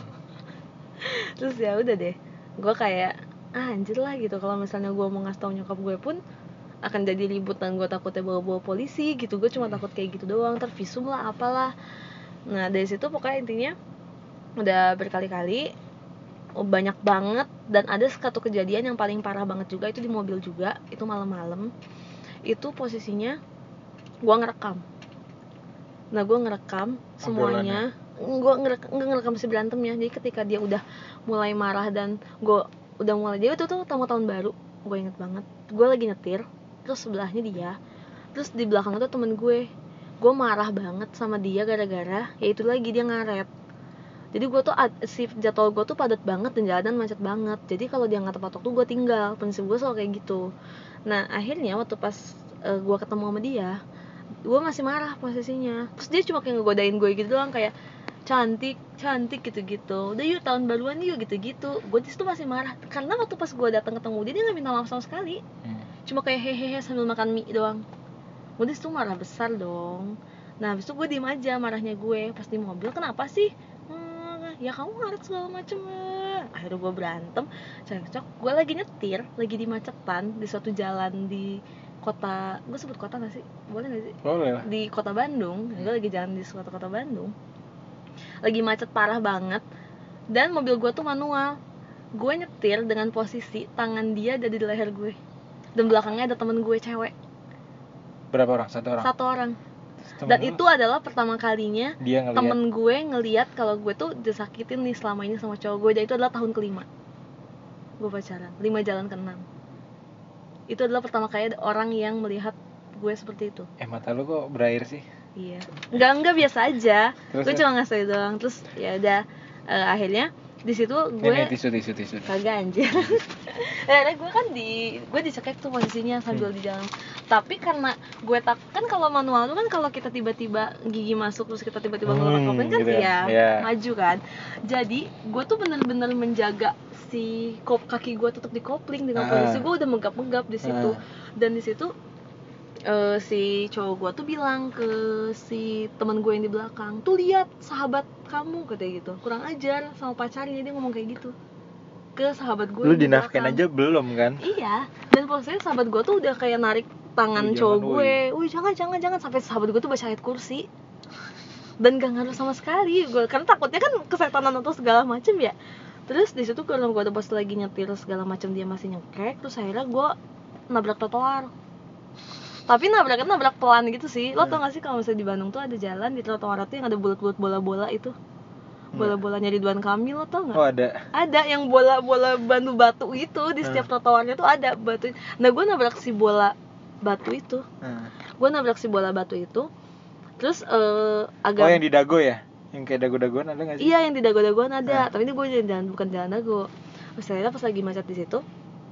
Terus ya udah deh, gue kayak ah, anjir lah gitu. Kalau misalnya gue mau ngasih tau nyokap gue pun akan jadi ribut dan gue takutnya bawa-bawa polisi gitu. Gue cuma takut kayak gitu doang, tervisum lah apalah. Nah dari situ pokoknya intinya udah berkali-kali, banyak banget. Dan ada satu kejadian yang paling parah banget juga, itu di mobil juga, itu malam-malam. Itu posisinya gue ngerekam. Nah gue ngerekam semuanya. Gue ngerekam, ngerekam si berantemnya. Jadi ketika dia udah mulai marah dan gue udah mulai, dia itu tuh tamu tahun baru, gue inget banget. Gue lagi nyetir, terus sebelahnya dia, terus di belakang itu temen gue. Gue marah banget sama dia gara-gara ya itu lagi dia ngaret. Jadi gue tuh si jadwal gue tuh padat banget dan jalanan macet banget. Jadi kalau dia nggak tepat waktu gue tinggal. Prinsip gue selalu kayak gitu. Nah akhirnya waktu pas uh, gue ketemu sama dia, gue masih marah posisinya. Terus dia cuma kayak ngegodain gue gitu doang, kayak cantik, cantik gitu-gitu. Udah yuk tahun baruan yuk gitu-gitu. Gue disitu masih marah karena waktu pas gue datang ketemu dia, dia nggak minta maaf sama sekali. Hmm. Cuma kayak hehehe sambil makan mie doang. Gue disitu marah besar dong. Nah habis itu gue diem aja marahnya gue. Pas di mobil, kenapa sih? Hmm, ya kamu ngaret segala macem. Akhirnya gue berantem, cekcok. Gue lagi nyetir, lagi di macetan di suatu jalan di kota, gue sebut kota nggak sih? Boleh nggak sih? Boleh lah. Di kota Bandung. Gue lagi jalan di suatu kota Bandung. Lagi macet parah banget. Dan mobil gue tuh manual. Gue nyetir dengan posisi tangan dia ada di leher gue. Dan belakangnya ada temen gue cewek. Berapa orang? Satu orang? Satu orang. Temen Dan lu? Itu adalah pertama kalinya dia temen gue ngeliat kalau gue tuh disakitin nih selama ini sama cowok gue. Dan itu adalah tahun kelima gue pacaran, lima jalan ke enam. Itu adalah pertama kali ada orang yang melihat gue seperti itu. Eh mata lu kok berair sih? Iya. Enggak enggak biasa aja. Gue cuma ngasih doang. Terus ya udah uh, akhirnya di situ gue ini tisu tisu tisu. Kagak anjir. Nah, gue kan di gue dicekek tuh posisinya sambil hmm. di jalan. Tapi karena gue tak kan kalau manual tuh kan kalau kita tiba-tiba gigi masuk terus kita tiba-tiba ngelepas hmm, kopling kan gitu ya yeah. maju kan. Jadi gue tuh bener-bener menjaga si kop kaki gue tetap di kopling dengan posisi gue udah megap-megap di situ. Dan di situ Uh, si cowok gue tuh bilang ke si teman gue yang di belakang, tuh lihat sahabat kamu katanya gitu, kurang ajar sama pacarnya. Dia ngomong kayak gitu ke sahabat gue. Lu dinafkain aja belum kan? Iya. Dan posisinya sahabat gue tuh udah kayak narik tangan oh, cowok gue, wih jangan jangan jangan, sampai sahabat gue tuh baca ayat kursi. Dan gak ngaruh sama sekali gue, karena takutnya kan kesetanan atau segala macem ya. Terus di situ kalau gue udah pas lagi nyetir segala macam dia masih nyekek, terus akhirnya gue nabrak trotoar. Tapi nabraknya nabrak pelan gitu sih. Lo tau gak sih kalau misalnya di Bandung tuh ada jalan di trotoar tuh yang ada bulat-bulat bola-bola itu, bola-bolanya Ridwan Kamil, lo tau nggak? Oh ada. Ada yang bola-bola batu batu itu di setiap trotoarnya tuh ada batu. Nah gue nabrak si bola batu itu. Hmm. Gue nabrak si bola batu itu. Terus uh, agak. Oh yang di Dago ya? Yang kayak dago-dagoan ada nggak sih? Iya yang di dago-dagoan ada. Hmm. Tapi ini gue jalan bukan jalan dago. Terus ternyata pas lagi macet di situ,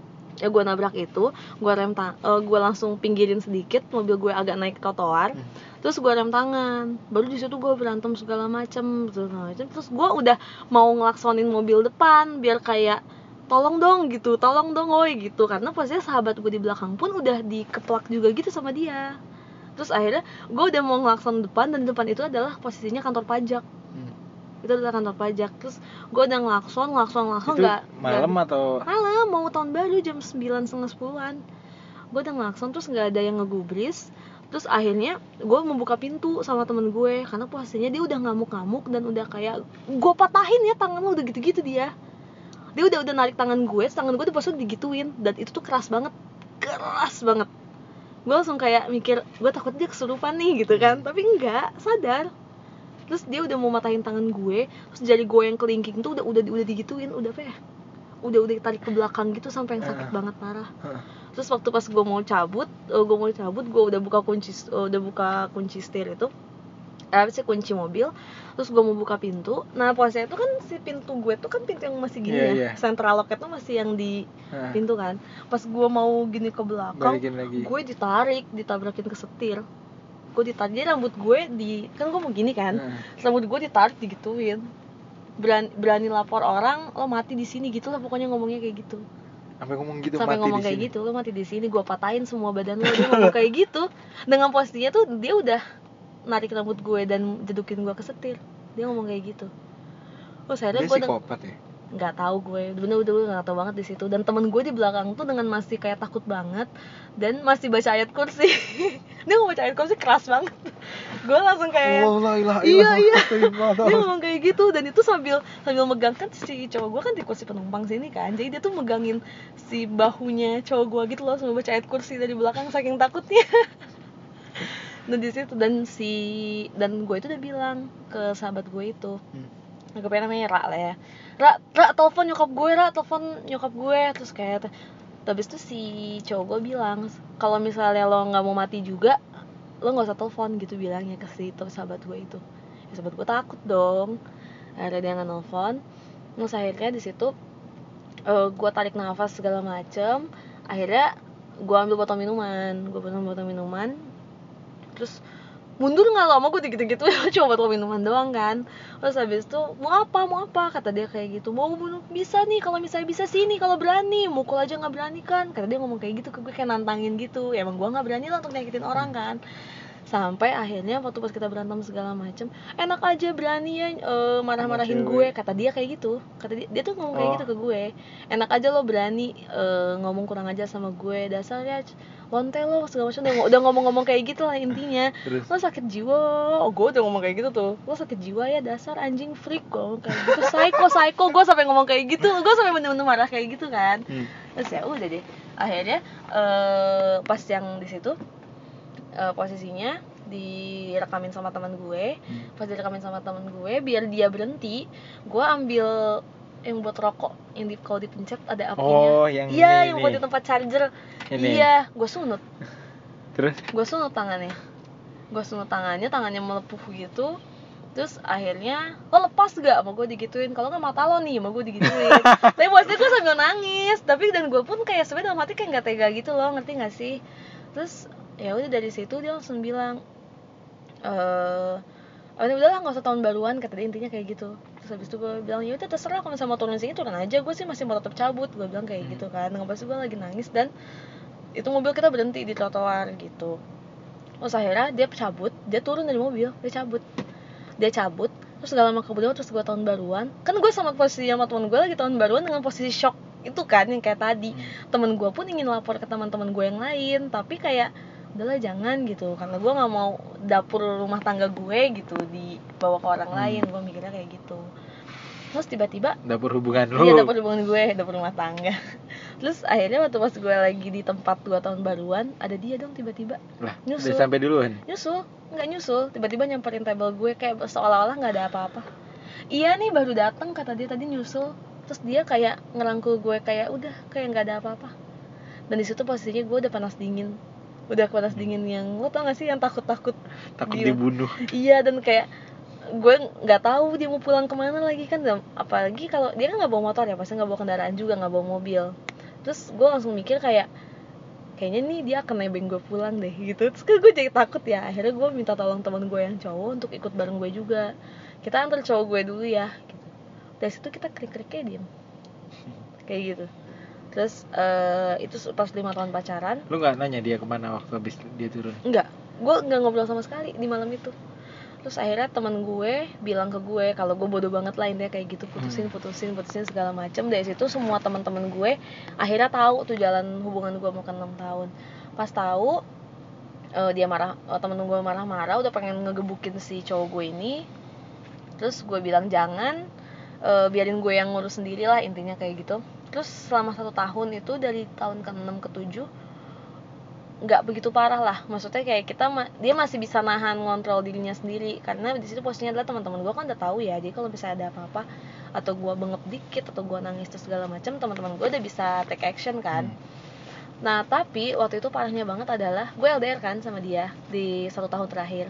ya gue nabrak itu, gue rem tang, uh, gue langsung pinggirin sedikit, mobil gue agak naik trotoar. Hmm. Terus gue rem tangan, baru di situ gue berantem segala macem, segala macem. Terus gue udah mau ngelaksonin mobil depan biar kayak tolong dong gitu, tolong dong woi gitu, karena posisinya sahabat gue di belakang pun udah dikeplak juga gitu sama dia. Terus akhirnya gue udah mau ngelakson depan, dan depan itu adalah posisinya kantor pajak. Hmm. Itu adalah kantor pajak. Terus gue udah ngelakson, ngelakson, ngelakson nggak malam gak, atau malam, mau tahun baru jam sembilan setengah sepuluhan. Gue udah ngelakson terus nggak ada yang ngegubris. Terus akhirnya gue membuka pintu sama temen gue, karena posisinya dia udah ngamuk-ngamuk dan udah kayak gue patahin ya tangan lo, udah gitu-gitu dia. Dia udah udah narik tangan gue, tangan gue tuh pas digituin, dan itu tuh keras banget, keras banget. Gue langsung kayak mikir, gue takut dia kesurupan nih gitu kan, tapi enggak, sadar. Terus dia udah mau matahin tangan gue, terus jari gue yang kelingking tuh udah udah udah digituin, udah apa ya? Udah udah tarik ke belakang gitu sampai yang sakit banget parah. Terus waktu pas gue mau cabut, uh, gue mau cabut, gue udah buka kunci, uh, udah buka kunci setir itu, apa sih kunci mobil. Terus gue mau buka pintu. Nah posisinya itu kan si pintu gue tuh kan pintu yang masih gini yeah, ya, yeah. Central lock itu masih yang di uh. pintu kan. Pas gue mau gini ke belakang, gue ditarik, ditabrakin ke setir. Gue ditarik, jadi rambut gue di, kan gue mau gini kan, uh. rambut gue ditarik digituin. Berani, berani lapor orang, lo mati di sini gitu lah pokoknya, ngomongnya kayak gitu. Sampai ngomong gitu, sampai mati ngomong di kayak sini. gitu, lo mati di sini, gue patahin semua badan lo. Dia ngomong kayak gitu. Dengan posisinya tuh dia udah narik rambut gue dan jedukin gue ke setir. Dia ngomong kayak gitu. Oh, saya dia psikopat ya? Nggak tahu gue, bener-bener nggak tahu banget di situ. Dan temen gue di belakang tuh dengan masih kayak takut banget dan masih baca ayat kursi. Dia ngomong baca ayat kursi keras banget. Gue langsung kayak Allah, iya iya. Dia ngomong kayak gitu, dan itu sambil sambil megang, kan si cowok gue kan di kursi penumpang sini kan, jadi dia tuh megangin si bahunya cowok gue gitu loh, sambil baca ayat kursi dari belakang saking takutnya. Nah di situ, dan si dan gue itu udah bilang ke sahabat gue itu, hmm. gue pengen namanya Ra lah ya, Ra, Ra telepon nyokap gue, Ra telepon nyokap gue. Terus kayak habis itu si cowok gue bilang, kalau misalnya lo nggak mau mati juga, lo nggak usah telepon gitu bilangnya ke si sahabat gue itu. Ya, sahabat gue takut dong, akhirnya dia nggak nelfon. Terus akhirnya di situ uh, gue tarik nafas segala macem. Akhirnya gue ambil botol minuman, gue ambil botol minuman. Terus mundur nggak lama, gue gitu-gitu cuma botol minuman doang kan. Terus habis itu mau apa mau apa kata dia kayak gitu, mau bunuh bisa nih kalau misalnya bisa sini, kalau berani mukul aja nggak berani kan, kata dia ngomong kayak gitu ke gue, kayak nantangin gitu. Ya, emang gue nggak berani lah untuk nyakitin orang kan. Sampai akhirnya waktu pas kita berantem segala macem, enak aja berani ya uh, marah-marahin gue, kata dia kayak gitu. Kata dia, dia tuh ngomong kayak oh. gitu ke gue, enak aja lo berani uh, ngomong kurang aja sama gue, dasarnya lonte lo segala macam. Udah, udah ngomong-ngomong kayak gitu lah intinya. Lo sakit jiwa. Oh, gue udah ngomong kayak gitu tuh, lo sakit jiwa ya, dasar anjing freak, gue kayak gitu, psycho psycho. Gue sampai ngomong kayak gitu, gue sampai bener-bener marah kayak gitu kan. hmm. Terus ya udah deh, akhirnya uh, pas yang di situ uh, posisinya direkamin sama teman gue. hmm. Pas direkamin sama teman gue biar dia berhenti, gue ambil yang buat rokok yang di, kalau dipencet ada apinya. Oh, yang iya, ini, yang buat di tempat charger. Ini. Iya, gue sunut. Terus? Gue sunut tangannya. Gue sunut tangannya, tangannya melepuh gitu. Terus akhirnya, lo lepas gak sama gue digituin? Kalau nggak mata lo nih, sama gue digituin. Tapi maksudnya gue sambil nangis. Tapi dan gue pun kayak sebenarnya dalam hati kayak nggak tega gitu loh, ngerti nggak sih? Terus ya udah dari situ dia langsung bilang, eh, uh, udahlah nggak usah tahun baruan, kata dia intinya kayak gitu. Terus habis itu gue bilang, ya udah terserah, kalau misalnya mau turun sini turun aja, gue sih masih mau tetap cabut, gue bilang kayak hmm. gitu kan. Nggak pas gue lagi nangis, dan itu mobil kita berhenti di trotoar gitu. Terus akhirnya dia cabut, dia turun dari mobil, dia cabut, dia cabut. Terus segala lama kemudian terus gue tahun baruan, kan gue sama posisi sama teman gue lagi tahun baruan dengan posisi shock itu kan yang kayak tadi. hmm. Temen gue pun ingin lapor ke teman-teman gue yang lain, tapi kayak udahlah jangan gitu, karena gue nggak mau dapur rumah tangga gue gitu dibawa ke orang hmm. lain, gue mikirnya kayak gitu. Terus tiba-tiba dapur hubungan lu, iya dapur hubungan gue, dapur rumah tangga. Terus akhirnya waktu pas gue lagi di tempat dua tahun baruan, ada dia dong tiba-tiba Lah, nyusul. udah sampai duluan. Nyusul, nggak nyusul, tiba-tiba nyamperin table gue kayak seolah-olah nggak ada apa-apa. Iya nih baru datang kata dia tadi nyusul. Terus dia kayak ngerangkul gue kayak udah kayak nggak ada apa-apa. Dan di situ posisinya gue udah panas dingin, udah panas dingin yang lo tau gak sih yang takut-takut Takut dia. dibunuh. Iya, dan kayak gue nggak tahu dia mau pulang kemana lagi kan, apalagi kalau dia kan nggak bawa motor ya, pasti nggak bawa kendaraan juga, nggak bawa mobil. Terus gue langsung mikir kayak kayaknya nih dia akan nebeng gue pulang deh gitu. Terus kan gue jadi takut ya, akhirnya gue minta tolong teman gue yang cowok untuk ikut bareng gue juga. Kita antar cowok gue dulu ya gitu. Dari situ kita krik-kriknya diem kayak gitu. Terus uh, itu pas lima tahun pacaran. Lu nggak nanya dia kemana waktu habis dia turun? Enggak, gue nggak ngobrol sama sekali di malam itu. Terus akhirnya teman gue bilang ke gue kalau gue bodoh banget lah intinya kayak gitu, putusin putusin putusin segala macam. Dari situ semua teman-teman gue akhirnya tahu tuh jalan hubungan gue mau ke enam tahun. Pas tahu uh, dia marah, uh, temen gue marah-marah udah pengen ngegebukin si cowok gue ini. Terus gue bilang jangan, uh, biarin gue yang ngurus sendiri lah intinya kayak gitu. Terus selama satu tahun itu dari tahun ke enam ke tujuh nggak begitu parah lah, maksudnya kayak kita ma- dia masih bisa nahan ngontrol dirinya sendiri karena di situ posisinya adalah teman-teman gue kan udah tahu ya, jadi kalau misalnya ada apa-apa atau gue bengep dikit atau gue nangis terus segala macam, teman-teman gue udah bisa take action kan. hmm. Nah tapi waktu itu parahnya banget adalah gue L D R kan sama dia di satu tahun terakhir.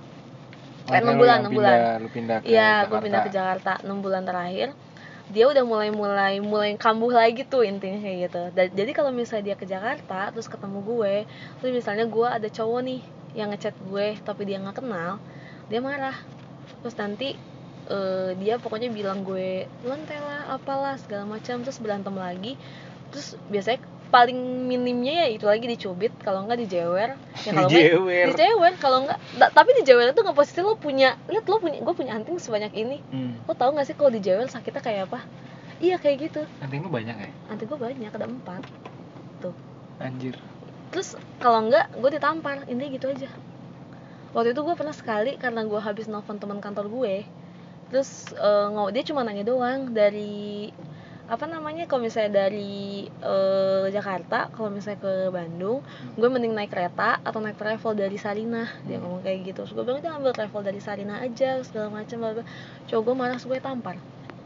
Eh enam bulan enam bulan. Iya, gue pindah ke Jakarta enam bulan terakhir. Dia udah mulai-mulai mulai kambuh lagi tuh intinya kayak gitu. Dan, jadi kalau misalnya dia ke Jakarta terus ketemu gue, terus misalnya gue ada cowok nih yang ngechat gue tapi dia nggak kenal, dia marah. Terus nanti uh, dia pokoknya bilang gue lonte lah apalah segala macam, terus berantem lagi. Terus biasanya paling minimnya ya itu lagi dicubit, kalau nggak dijewer. Ya kalau nggak dijewer, kalau nggak da, tapi dijewer itu nggak posisi lo punya, lihat lo punya, gue punya anting sebanyak ini. hmm. Lo tau nggak sih kalau dijewer sakitnya kayak apa? Iya kayak gitu. Anting lo banyak ya? Anting gue banyak, ada empat tuh. Anjir. Terus kalau nggak gue ditampar, intinya gitu aja. Waktu itu gue pernah sekali karena gue habis nelfon teman kantor gue, terus uh, dia cuma nanya doang dari apa namanya, kalau misalnya dari uh, Jakarta, kalau misalnya ke Bandung, gue mending naik kereta atau naik travel dari Sarinah. Dia ngomong kayak gitu. Terus gue bilang, kita ambil travel dari Sarinah aja segala macam. Coba gue marah, gue tampar.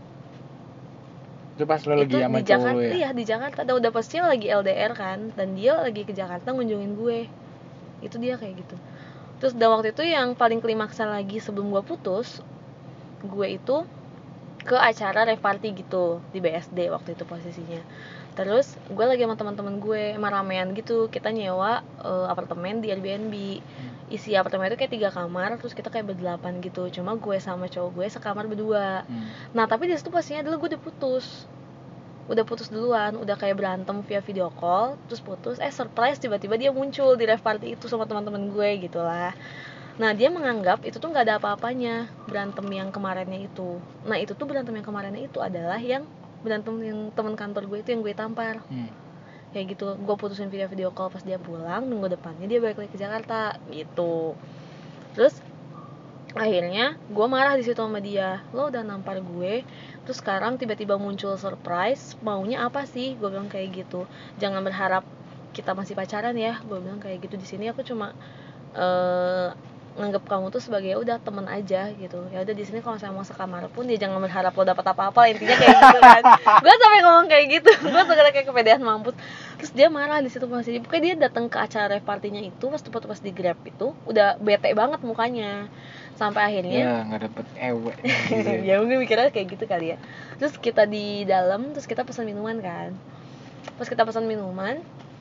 Itu pas lo lagi sama cowok lo ya? Iya di Jakarta, dan udah pastinya lagi L D R kan, dan dia lagi ke Jakarta ngunjungin gue. Itu dia kayak gitu. Terus dan waktu itu yang paling klimaksan lagi sebelum gue putus, gue itu ke acara rave party gitu di B S D waktu itu posisinya. Terus gue lagi sama teman-teman gue emang ramean gitu, kita nyewa uh, apartemen di Airbnb. hmm. Isi apartemen itu kayak tiga kamar, terus kita kayak berdelapan gitu, cuma gue sama cowok gue sekamar berdua. hmm. Nah tapi di situ pastinya dulu gue udah putus udah putus duluan, udah kayak berantem via video call, terus putus, eh surprise tiba-tiba dia muncul di rave party itu sama teman-teman gue gitulah. Nah dia menganggap itu tuh nggak ada apa-apanya berantem yang kemarinnya itu. Nah itu tuh berantem yang kemarinnya itu adalah yang berantem yang teman kantor gue itu yang gue tampar. hmm. Kayak gitu, gue putusin video video call pas dia pulang, minggu depannya dia balik lagi ke Jakarta gitu. Terus akhirnya gue marah di situ sama dia, lo udah nampar gue, terus sekarang tiba-tiba muncul surprise, maunya apa sih? Gue bilang kayak gitu. Jangan berharap kita masih pacaran ya, gue bilang kayak gitu. Di sini aku cuma uh, nganggap kamu tuh sebagai udah temen aja gitu. Ya udah di sini kalau saya mau sekamar pun dia jangan berharap lo dapat apa-apa, intinya kayak gitu kan. Gue sampai ngomong kayak gitu, gue tuh kayak kepedean mampus. Terus dia marah di situ masih, pokoknya dia datang ke acara rave partinya itu pas tepat pas di Grab itu udah bete banget mukanya. Sampai akhirnya ya nggak dapet ewe gitu. Ya mungkin mikirnya kayak gitu kali ya. Terus kita di dalam, terus kita pesan minuman kan. Pas kita pesan minuman,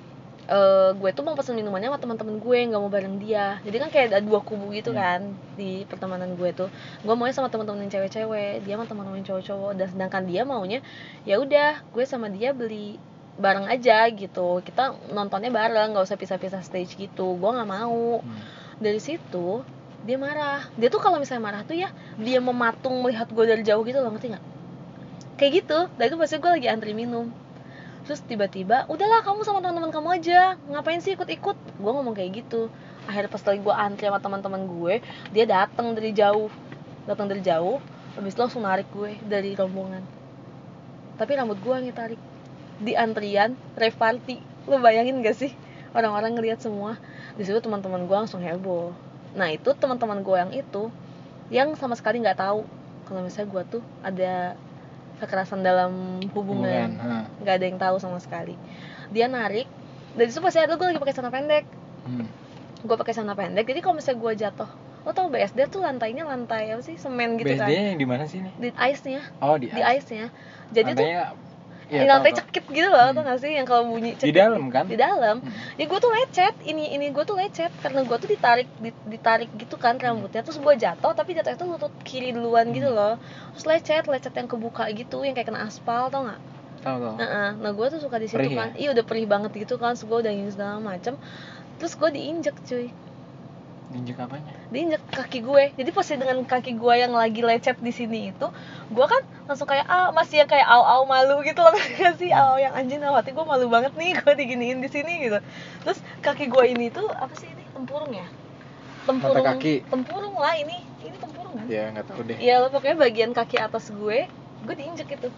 uh, gue tuh mau pesan minumannya sama teman-teman gue, nggak mau bareng dia. Jadi kan kayak ada dua kubu gitu kan hmm. di pertemanan gue tuh. Gue maunya sama teman-teman yang cewek-cewek, dia sama teman-teman cowok-cowok. Dan sedangkan dia maunya ya udah gue sama dia beli bareng aja gitu. Kita nontonnya bareng, nggak usah pisah-pisah stage gitu. Gue nggak mau. Hmm. Dari situ dia marah. Dia tuh kalau misalnya marah tuh ya dia mematung melihat gue dari jauh gitu loh, ngerti nggak? Kayak gitu. Dan itu pasti gue lagi antri minum. Terus tiba-tiba, udahlah kamu sama teman-teman kamu aja, ngapain sih ikut-ikut? Gue ngomong kayak gitu. Akhirnya pas lagi gue antri sama teman-teman gue, dia datang dari jauh, datang dari jauh, habis itu langsung narik gue dari rombongan. Tapi rambut gue yang ditarik. di antrian rave party. Lo bayangin gak sih orang-orang ngelihat semua. Di situ teman-teman gue langsung heboh. Nah itu teman-teman gue yang itu yang sama sekali nggak tahu kalau misalnya gue tuh ada kekerasan dalam hubungan, nggak ada yang tahu sama sekali. Dia narik, dari situ pasti ada gue lagi pakai celana pendek. Hmm. Gue pakai celana pendek, jadi kalau misalnya gue jatuh, lo tau B S D tuh lantainya lantai apa sih, semen gitu. B S D kan. B S D yang di mana sih nih? Di ice-nya. Oh di ice. Di ice-nya. Jadi lantainya, tuh ya, di lantai tau, cekit gitu loh, hmm. tau gak sih yang kalau bunyi cekit. Di dalam kan? Di dalam. Hmm. Ya gue tuh lecet, ini ini gue tuh lecet karena gue tuh ditarik ditarik gitu kan rambutnya, terus gue jatuh tapi jatuhnya tuh lutut kiri duluan hmm. gitu loh. Terus lecet, lecet yang kebuka gitu, yang kayak kena aspal, tau gak? Tahu tahu. Nah, nah gue tuh suka di situ kan. Ya? Iya udah perih banget gitu kan, terus gue udah ingin segala macem. Terus gue diinjek cuy. Diinjek apanya? Diinjek kaki gue. Jadi posisi dengan kaki gue yang lagi lecet di sini itu, gue kan langsung kayak ah masih yang kayak au-au malu gitu loh kan sih, au yang anjing dalam hati gue malu banget nih gue diginiin di sini gitu. Terus kaki gue ini tuh apa sih ini tempurung ya? Tempurung. Mata kaki. Tempurung lah ini. Ini tempurung kan? Ya nggak tahu deh. Iya lo pokoknya bagian kaki atas gue, gue diinjek itu.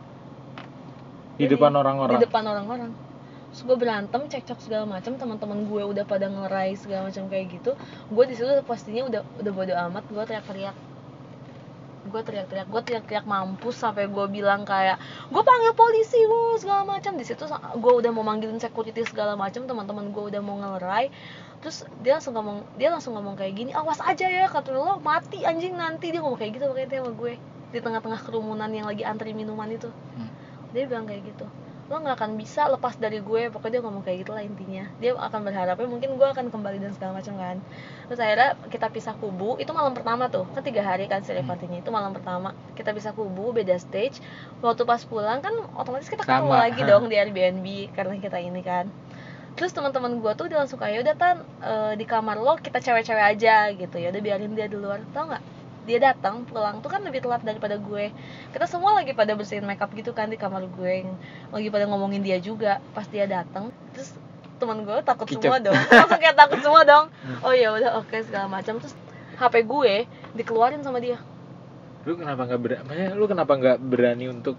Di Jadi, depan orang-orang. Di depan orang-orang. Terus gue berantem, cekcok segala macam, teman-teman gue udah pada ngerai segala macam kayak gitu. Gue di situ pastinya udah udah bodo amat, gue teriak-teriak. Gue teriak-teriak, gue teriak-teriak mampus sampai gue bilang kayak, "Gue panggil polisi, wo," segala macam. Di situ gue udah mau manggilin security segala macam, teman-teman gue udah mau ngerai. Terus dia langsung ngomong, dia langsung ngomong kayak gini, "Awas aja ya, kata lo mati anjing nanti." Dia ngomong kayak gitu pokoknya sama gue di tengah-tengah kerumunan yang lagi antri minuman itu. Hmm. Dia bilang kayak gitu, lo nggak akan bisa lepas dari gue, pokoknya dia ngomong kayak gitulah intinya. Dia akan berharapnya mungkin gue akan kembali dan segala macam kan. Terus akhirnya kita pisah kubu, itu malam pertama tuh, kan tiga hari kan serepatinya, itu malam pertama kita pisah kubu, beda stage. Waktu pas pulang kan otomatis kita ketemu Sama. lagi dong di Airbnb karena kita ini kan. Terus teman-teman gue tuh dia langsung kayak udah Tan, e, di kamar lo kita cewek-cewek aja gitu ya, udah biarin dia di luar, tau nggak? Dia datang pulang tuh kan lebih telat daripada gue. Kita semua lagi pada bersihin makeup gitu kan di kamar gue, lagi pada ngomongin dia juga. Pas dia datang, terus teman gue takut Kicep. semua dong, langsung kayak takut semua dong. Oh ya udah oke okay, segala macam. Terus H P gue dikeluarin sama dia. Lu kenapa nggak berani? Lu kenapa nggak berani untuk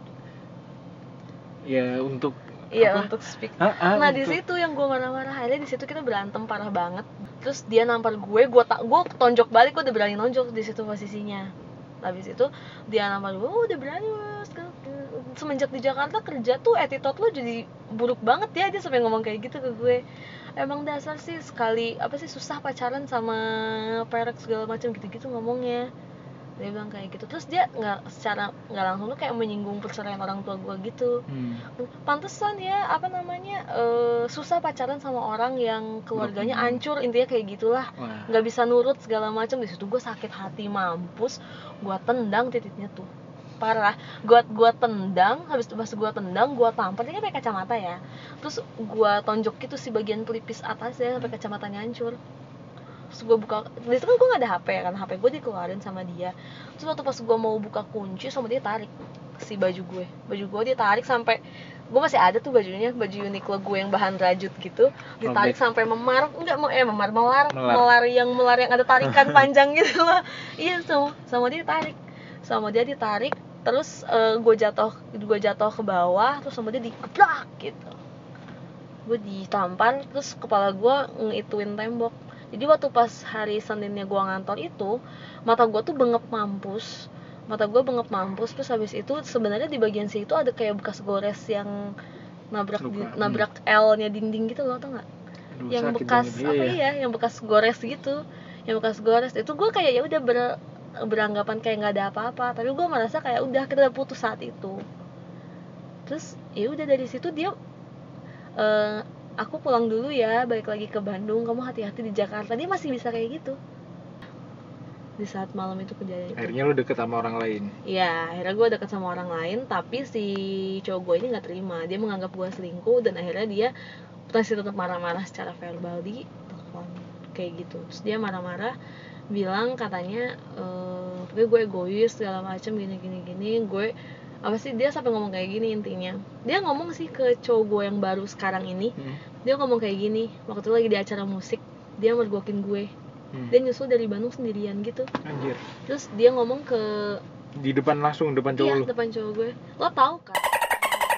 ya untuk Iya apa? Untuk speak. Ah, ah, nah untuk... di situ yang gue marah-marah, akhirnya di situ kita berantem parah banget. Terus dia nampar gue, gue tak, gue tonjok balik, gue udah berani nonjok di situ posisinya. Habis itu dia nampar gue, oh, udah berani mas. Semenjak di Jakarta kerja tuh attitude lo jadi buruk banget ya, dia sampai ngomong kayak gitu ke gue. Emang dasar sih sekali apa sih susah pacaran sama perek segala macam gitu-gitu ngomongnya. Dia bilang kayak gitu. Terus dia nggak secara nggak langsung tuh kayak menyinggung perceraian orang tua gue gitu. hmm. Pantesan ya apa namanya uh, susah pacaran sama orang yang keluarganya hancur, intinya kayak gitulah, nggak bisa nurut segala macam. Di situ gue sakit hati mampus, gue tendang titiknya tuh parah, gue gue tendang. Habis itu pas gue tendang, gue tampar, dia kan pakai kacamata ya, terus gue tonjok gitu si bagian pelipis atas ya sampai kacamatanya hancur. Terus gue buka, di situ kan gue gak ada H P kan, H P gue dikeluarin sama dia. Terus waktu pas gue mau buka kunci sama dia tarik si baju gue, baju gue dia tarik sampai, gue masih ada tuh bajunya, baju Uniqlo gue yang bahan rajut gitu, ditarik sampai memar, enggak mau eh memar melar, melar, melar yang melar yang ada tarikan panjang gitu loh. Iya sama, sama dia tarik, sama dia ditarik, terus uh, gue jatuh, gue jatuh ke bawah, terus sama dia dikeplak gitu, gue ditampar, terus kepala gue ngituin tembok. Jadi waktu pas hari Seninnya gue ngantor itu, mata gue tuh bengep mampus, mata gue bengep mampus. Terus habis itu sebenarnya di bagian situ ada kayak bekas gores yang nabrak di, nabrak L-nya dinding gitu loh, tau nggak? Yang bekas apa ya? Iya, yang bekas gores gitu, yang bekas gores itu gue kayak ya udah ber, beranggapan kayak nggak ada apa-apa, tapi gue merasa kayak udah kita putus saat itu. Terus ya udah dari situ dia uh, aku pulang dulu ya, balik lagi ke Bandung, kamu hati-hati di Jakarta. Dia masih bisa kayak gitu di saat malam itu kejadian itu. Akhirnya lu deket sama orang lain? Iya, akhirnya gue deket sama orang lain, tapi si cowok gue ini gak terima. Dia menganggap gue selingkuh, dan akhirnya dia masih tetap marah-marah secara verbal di telepon kayak gitu. Terus dia marah-marah, bilang katanya eee, gue egois segala macam gini-gini gini. Gue apa sih, dia sampai ngomong kayak gini intinya. Dia ngomong sih ke cowok gue yang baru sekarang ini, hmm. dia ngomong kayak gini waktu lagi di acara musik, dia mergokin gue, hmm. dia nyusul dari Bandung sendirian gitu. Anjir. Terus dia ngomong ke di depan langsung depan cowok iya, lu? Depan cowok gue. Lo tau kan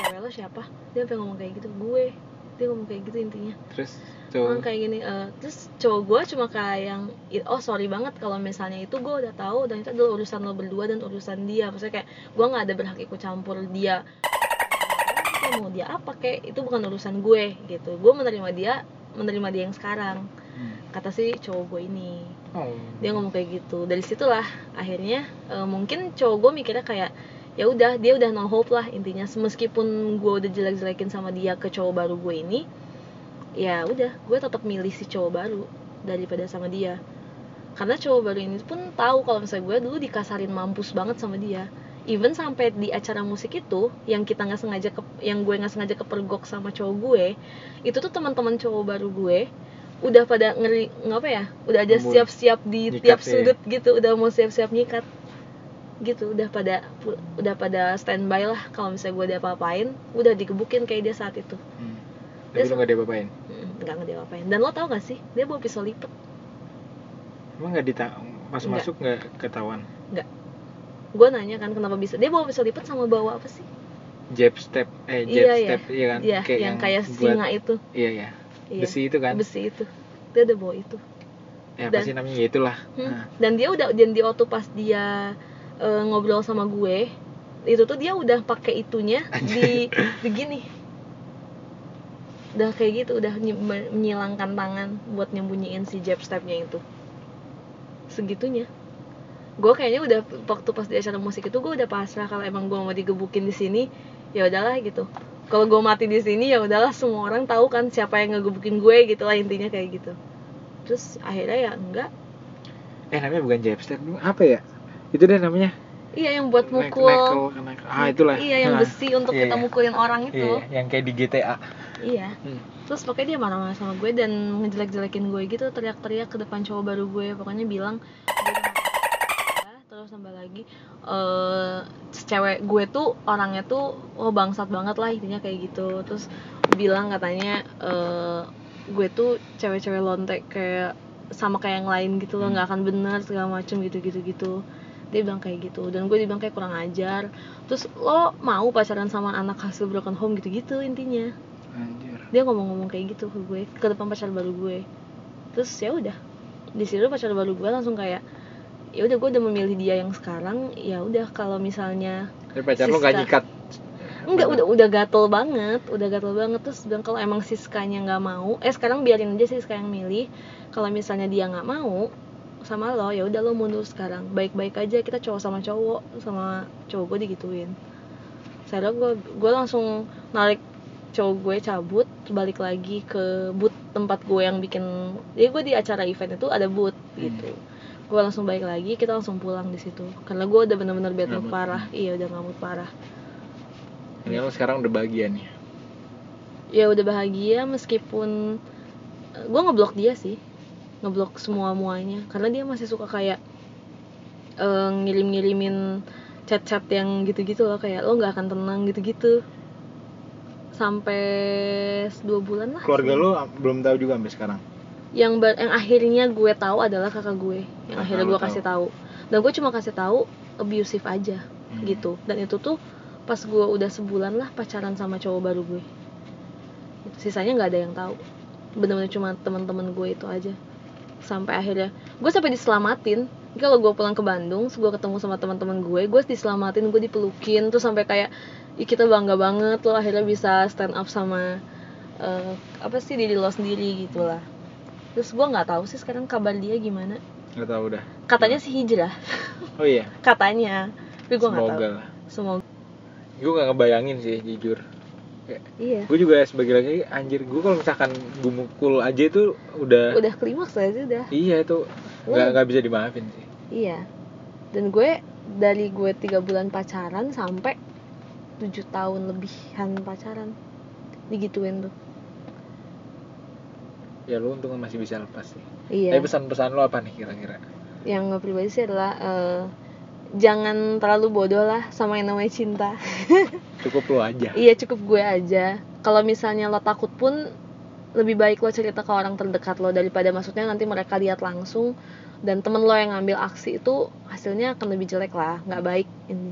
cewek lo siapa, dia sampai ngomong kayak gitu. Gue, dia ngomong kayak gitu intinya. Terus Ngomong cowok kayak gini, eh, terus cowok gue cuma kayak yang, oh sorry banget kalau misalnya itu gue udah tahu dan itu adalah urusan lo berdua dan urusan dia. Maksudnya kayak gue nggak ada berhak ikut campur dia. Kayak mau dia apa kayak itu bukan urusan gue gitu. Gue menerima dia, menerima dia yang sekarang. hmm. Kata si cowok gue ini. Oh. Dia ngomong kayak gitu. Dari situlah akhirnya e, mungkin cowok gue mikirnya kayak ya udah dia udah no hope lah intinya. Meskipun gue udah jelek-jelekin sama dia ke cowok baru gue ini, ya udah gue tetap milih si cowok baru daripada sama dia. Karena cowok baru ini pun tahu kalau misalnya gue dulu dikasarin mampus banget sama dia. Even sampai di acara musik itu yang kita nggak sengaja ke, yang gue nggak sengaja kepergok sama cowok gue, itu tuh teman-teman cowok baru gue udah pada ngeri ngapa ya, udah ada Nyikat siap-siap di tiap ya. sudut gitu, udah mau siap-siap nyikat gitu, udah pada udah pada standby lah kalau misalnya gue diapa-apain, udah digebukin kayak dia saat itu. Hmm. Tapi lo nggak diapa-apain? Hmm, nggak nggak diapa-apain. Dan lo tau gak sih dia bawa pisau lipat? Emang nggak dita pas Nggak. masuk nggak ketahuan? Nggak. Gue nanya kan kenapa bisa dia bawa pisau lipat sama bawa apa sih? Jab step, eh jab Iya, step, iya. iya kan? Iya, Kayak yang kayak buat- singa itu. Iya iya. Iya. Besi itu kan? Besi itu. Dia udah bawa itu. Ya Dan- pasti namanya ya itulah. Hmm. Nah, Dan dia udah dan di waktu pas dia uh, ngobrol sama gue, itu tuh dia udah pakai itunya di begini. Udah kayak gitu, udah ny- menyilangkan tangan buat nyembunyiin si jab stepnya itu. Segitunya. Gue kayaknya udah waktu pas di acara musik itu gue udah pasrah kalau emang gue mau digebukin di sini, ya udahlah gitu. Kalau gue mati di sini ya udahlah, semua orang tahu kan siapa yang ngegebukin gue gitu lah intinya kayak gitu. Terus akhirnya ya enggak. eh namanya bukan jab step, apa ya? Itu deh namanya. Iya yang buat Nek- mukul. nekel- nekel- Ah itulah. Iya yang Nah, besi untuk iya, kita iya. mukulin orang itu. Iya, yang kayak di G T A. Iya. Hmm. Terus pokoknya dia marah-marah sama gue dan ngejelek-jelekin gue gitu, teriak-teriak ke depan cowok baru gue. Pokoknya bilang gue udah nggak terus tambah lagi eh cewek gue tuh orangnya tuh oh bangsat banget lah intinya kayak gitu. Terus bilang katanya eh gue tuh cewek-cewek lontek kayak sama kayak yang lain gitu loh, nggak akan bener segala macem gitu-gitu gitu. Dia bilang kayak gitu dan gue dibilang kayak kurang ajar. Terus lo mau pacaran sama anak hasil broken home gitu-gitu intinya. Anjir. Dia ngomong-ngomong kayak gitu ke gue ke depan pacar baru gue. Terus ya udah di situ pacar baru gue langsung kayak ya udah gue udah memilih dia yang sekarang, ya udah kalau misalnya Tapi pacar lo nggak Siska- nyikat. enggak udah udah gatel banget udah gatel banget terus bilang kalau emang Siskanya nggak mau eh sekarang biarin aja Siska yang milih. Kalau misalnya dia nggak mau sama lo ya udah lo mundur sekarang, baik-baik aja kita cowok sama cowok. Sama cowok gue digituin. Saya gue gue langsung narik cowok gue cabut balik lagi ke booth tempat gue yang bikin, jadi gue di acara event itu ada booth gitu. Gue langsung balik lagi, kita langsung pulang di situ karena gue udah bener-bener bad mood Ngamut. parah. Iya udah ngamut parah. Ini lo sekarang udah bahagia nih. Ya udah bahagia meskipun gue ngeblok dia sih, ngeblok semua muanya karena dia masih suka kayak uh, ngirim-ngirimin chat-chat yang gitu-gitu loh, kayak lo nggak akan tenang gitu-gitu sampai dua bulan lah. Keluarga lo belum tahu juga sampai sekarang. Yang bar- yang akhirnya gue tahu adalah kakak gue yang Kakak akhirnya lo gue kasih tahu, dan gue cuma kasih tahu abusive aja Hmm. gitu. Dan itu tuh pas gue udah sebulan lah pacaran sama cowok baru gue. Sisanya nggak ada yang tahu, bener-bener cuma teman-teman gue itu aja. Sampai akhirnya gue sampai diselamatin. Kalau gue pulang ke Bandung, terus gue ketemu sama teman-teman gue, gue diselamatin, gue dipelukin, terus sampai kayak ih, kita bangga banget lo akhirnya bisa stand up sama uh, apa sih diri lo sendiri gitulah. Terus gue nggak tahu sih sekarang kabar dia gimana. Nggak tahu udah. Katanya sih hijrah, Oh iya. katanya, tapi gue nggak tahu. Semoga lah. Semoga. Gue nggak ngebayangin sih jujur. Kayak, Iya. gue juga sebagai laki anjir, gue kalau misalkan gue mukul aja itu udah, Udah klimaks aja udah. iya itu nggak nggak bisa dimaafin sih. Iya. Dan gue dari gue tiga bulan pacaran sampai tujuh tahun lebihan pacaran digituin tuh. Ya lu untung masih bisa lepas sih. Iya. Tapi pesan-pesan lo apa nih kira-kira? Yang gue pribadi sih adalah uh, jangan terlalu bodoh lah sama yang namanya cinta. Cukup lo aja. Iya, cukup gue aja. Kalau misalnya lo takut pun lebih baik lo cerita ke orang terdekat lo daripada maksudnya nanti mereka lihat langsung dan temen lo yang ngambil aksi itu hasilnya akan lebih jelek lah, nggak baik ini.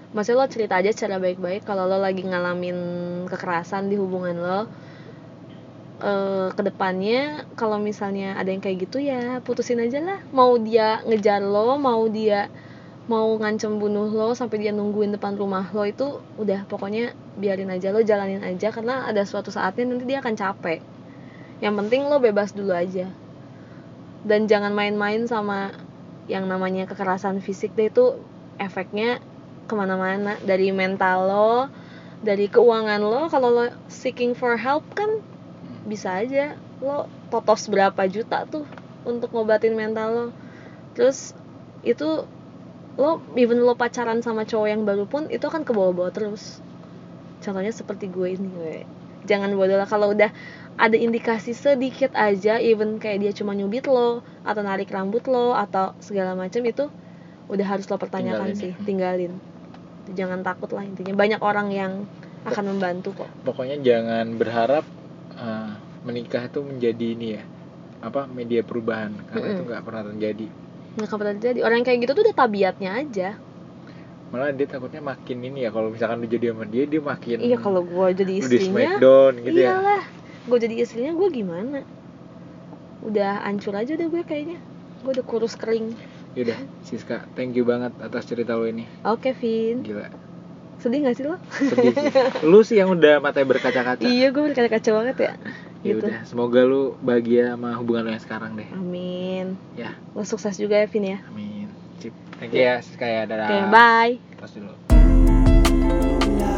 Maksudnya lo cerita aja secara baik-baik kalau lo lagi ngalamin kekerasan di hubungan lo. Uh, kedepannya kalau misalnya ada yang kayak gitu ya putusin aja lah. Mau dia ngejar lo, mau dia mau ngancem bunuh lo sampai dia nungguin depan rumah lo, itu udah pokoknya biarin aja, lo jalanin aja, karena ada suatu saatnya nanti dia akan capek. Yang penting lo bebas dulu aja, dan jangan main-main sama yang namanya kekerasan fisik deh. Itu efeknya kemana-mana, dari mental lo, dari keuangan lo. Kalau lo seeking for help kan bisa aja lo totos berapa juta tuh untuk ngobatin mental lo. Terus itu lo even lo pacaran sama cowok yang baru pun itu akan kebawa-bawa terus. Contohnya seperti gue ini, gue jangan bodoh lah. Kalau udah ada indikasi sedikit aja, even kayak dia cuma nyubit lo atau narik rambut lo atau segala macam, itu udah harus lo pertanyakan tinggalin sih ya. Tinggalin, jangan takut lah. Intinya banyak orang yang akan membantu kok. Pokoknya jangan berharap uh, menikah itu menjadi ini ya, apa, media perubahan, karena mm-hmm. itu nggak pernah terjadi. Nggak pernah terjadi. Orang yang kayak gitu tuh udah tabiatnya aja. Malah dia takutnya makin ini ya, kalau misalkan lu jadi sama dia, dia makin. Iya, kalau gue jadi istrinya. Di smackdown gitu ya. Iyalah, gue jadi istrinya gue gimana? Udah hancur aja deh gue kayaknya. Gue udah kurus kering. Yaudah, Siska, thank you banget atas cerita lo ini. Oke, Vin. Gila. Sedih gak sih lo? Sedih sih. Lu sih yang udah matanya berkaca-kaca. Iya, gue berkaca-kaca banget ya. Ya gitu. Udah, semoga lu bahagia sama hubungan lo yang sekarang deh. Amin. Ya. Lo sukses juga ya, Vin ya. Amin. Sip. Thank you ya, Siska ya. Dadah. Oke, okay, bye. Tos dulu.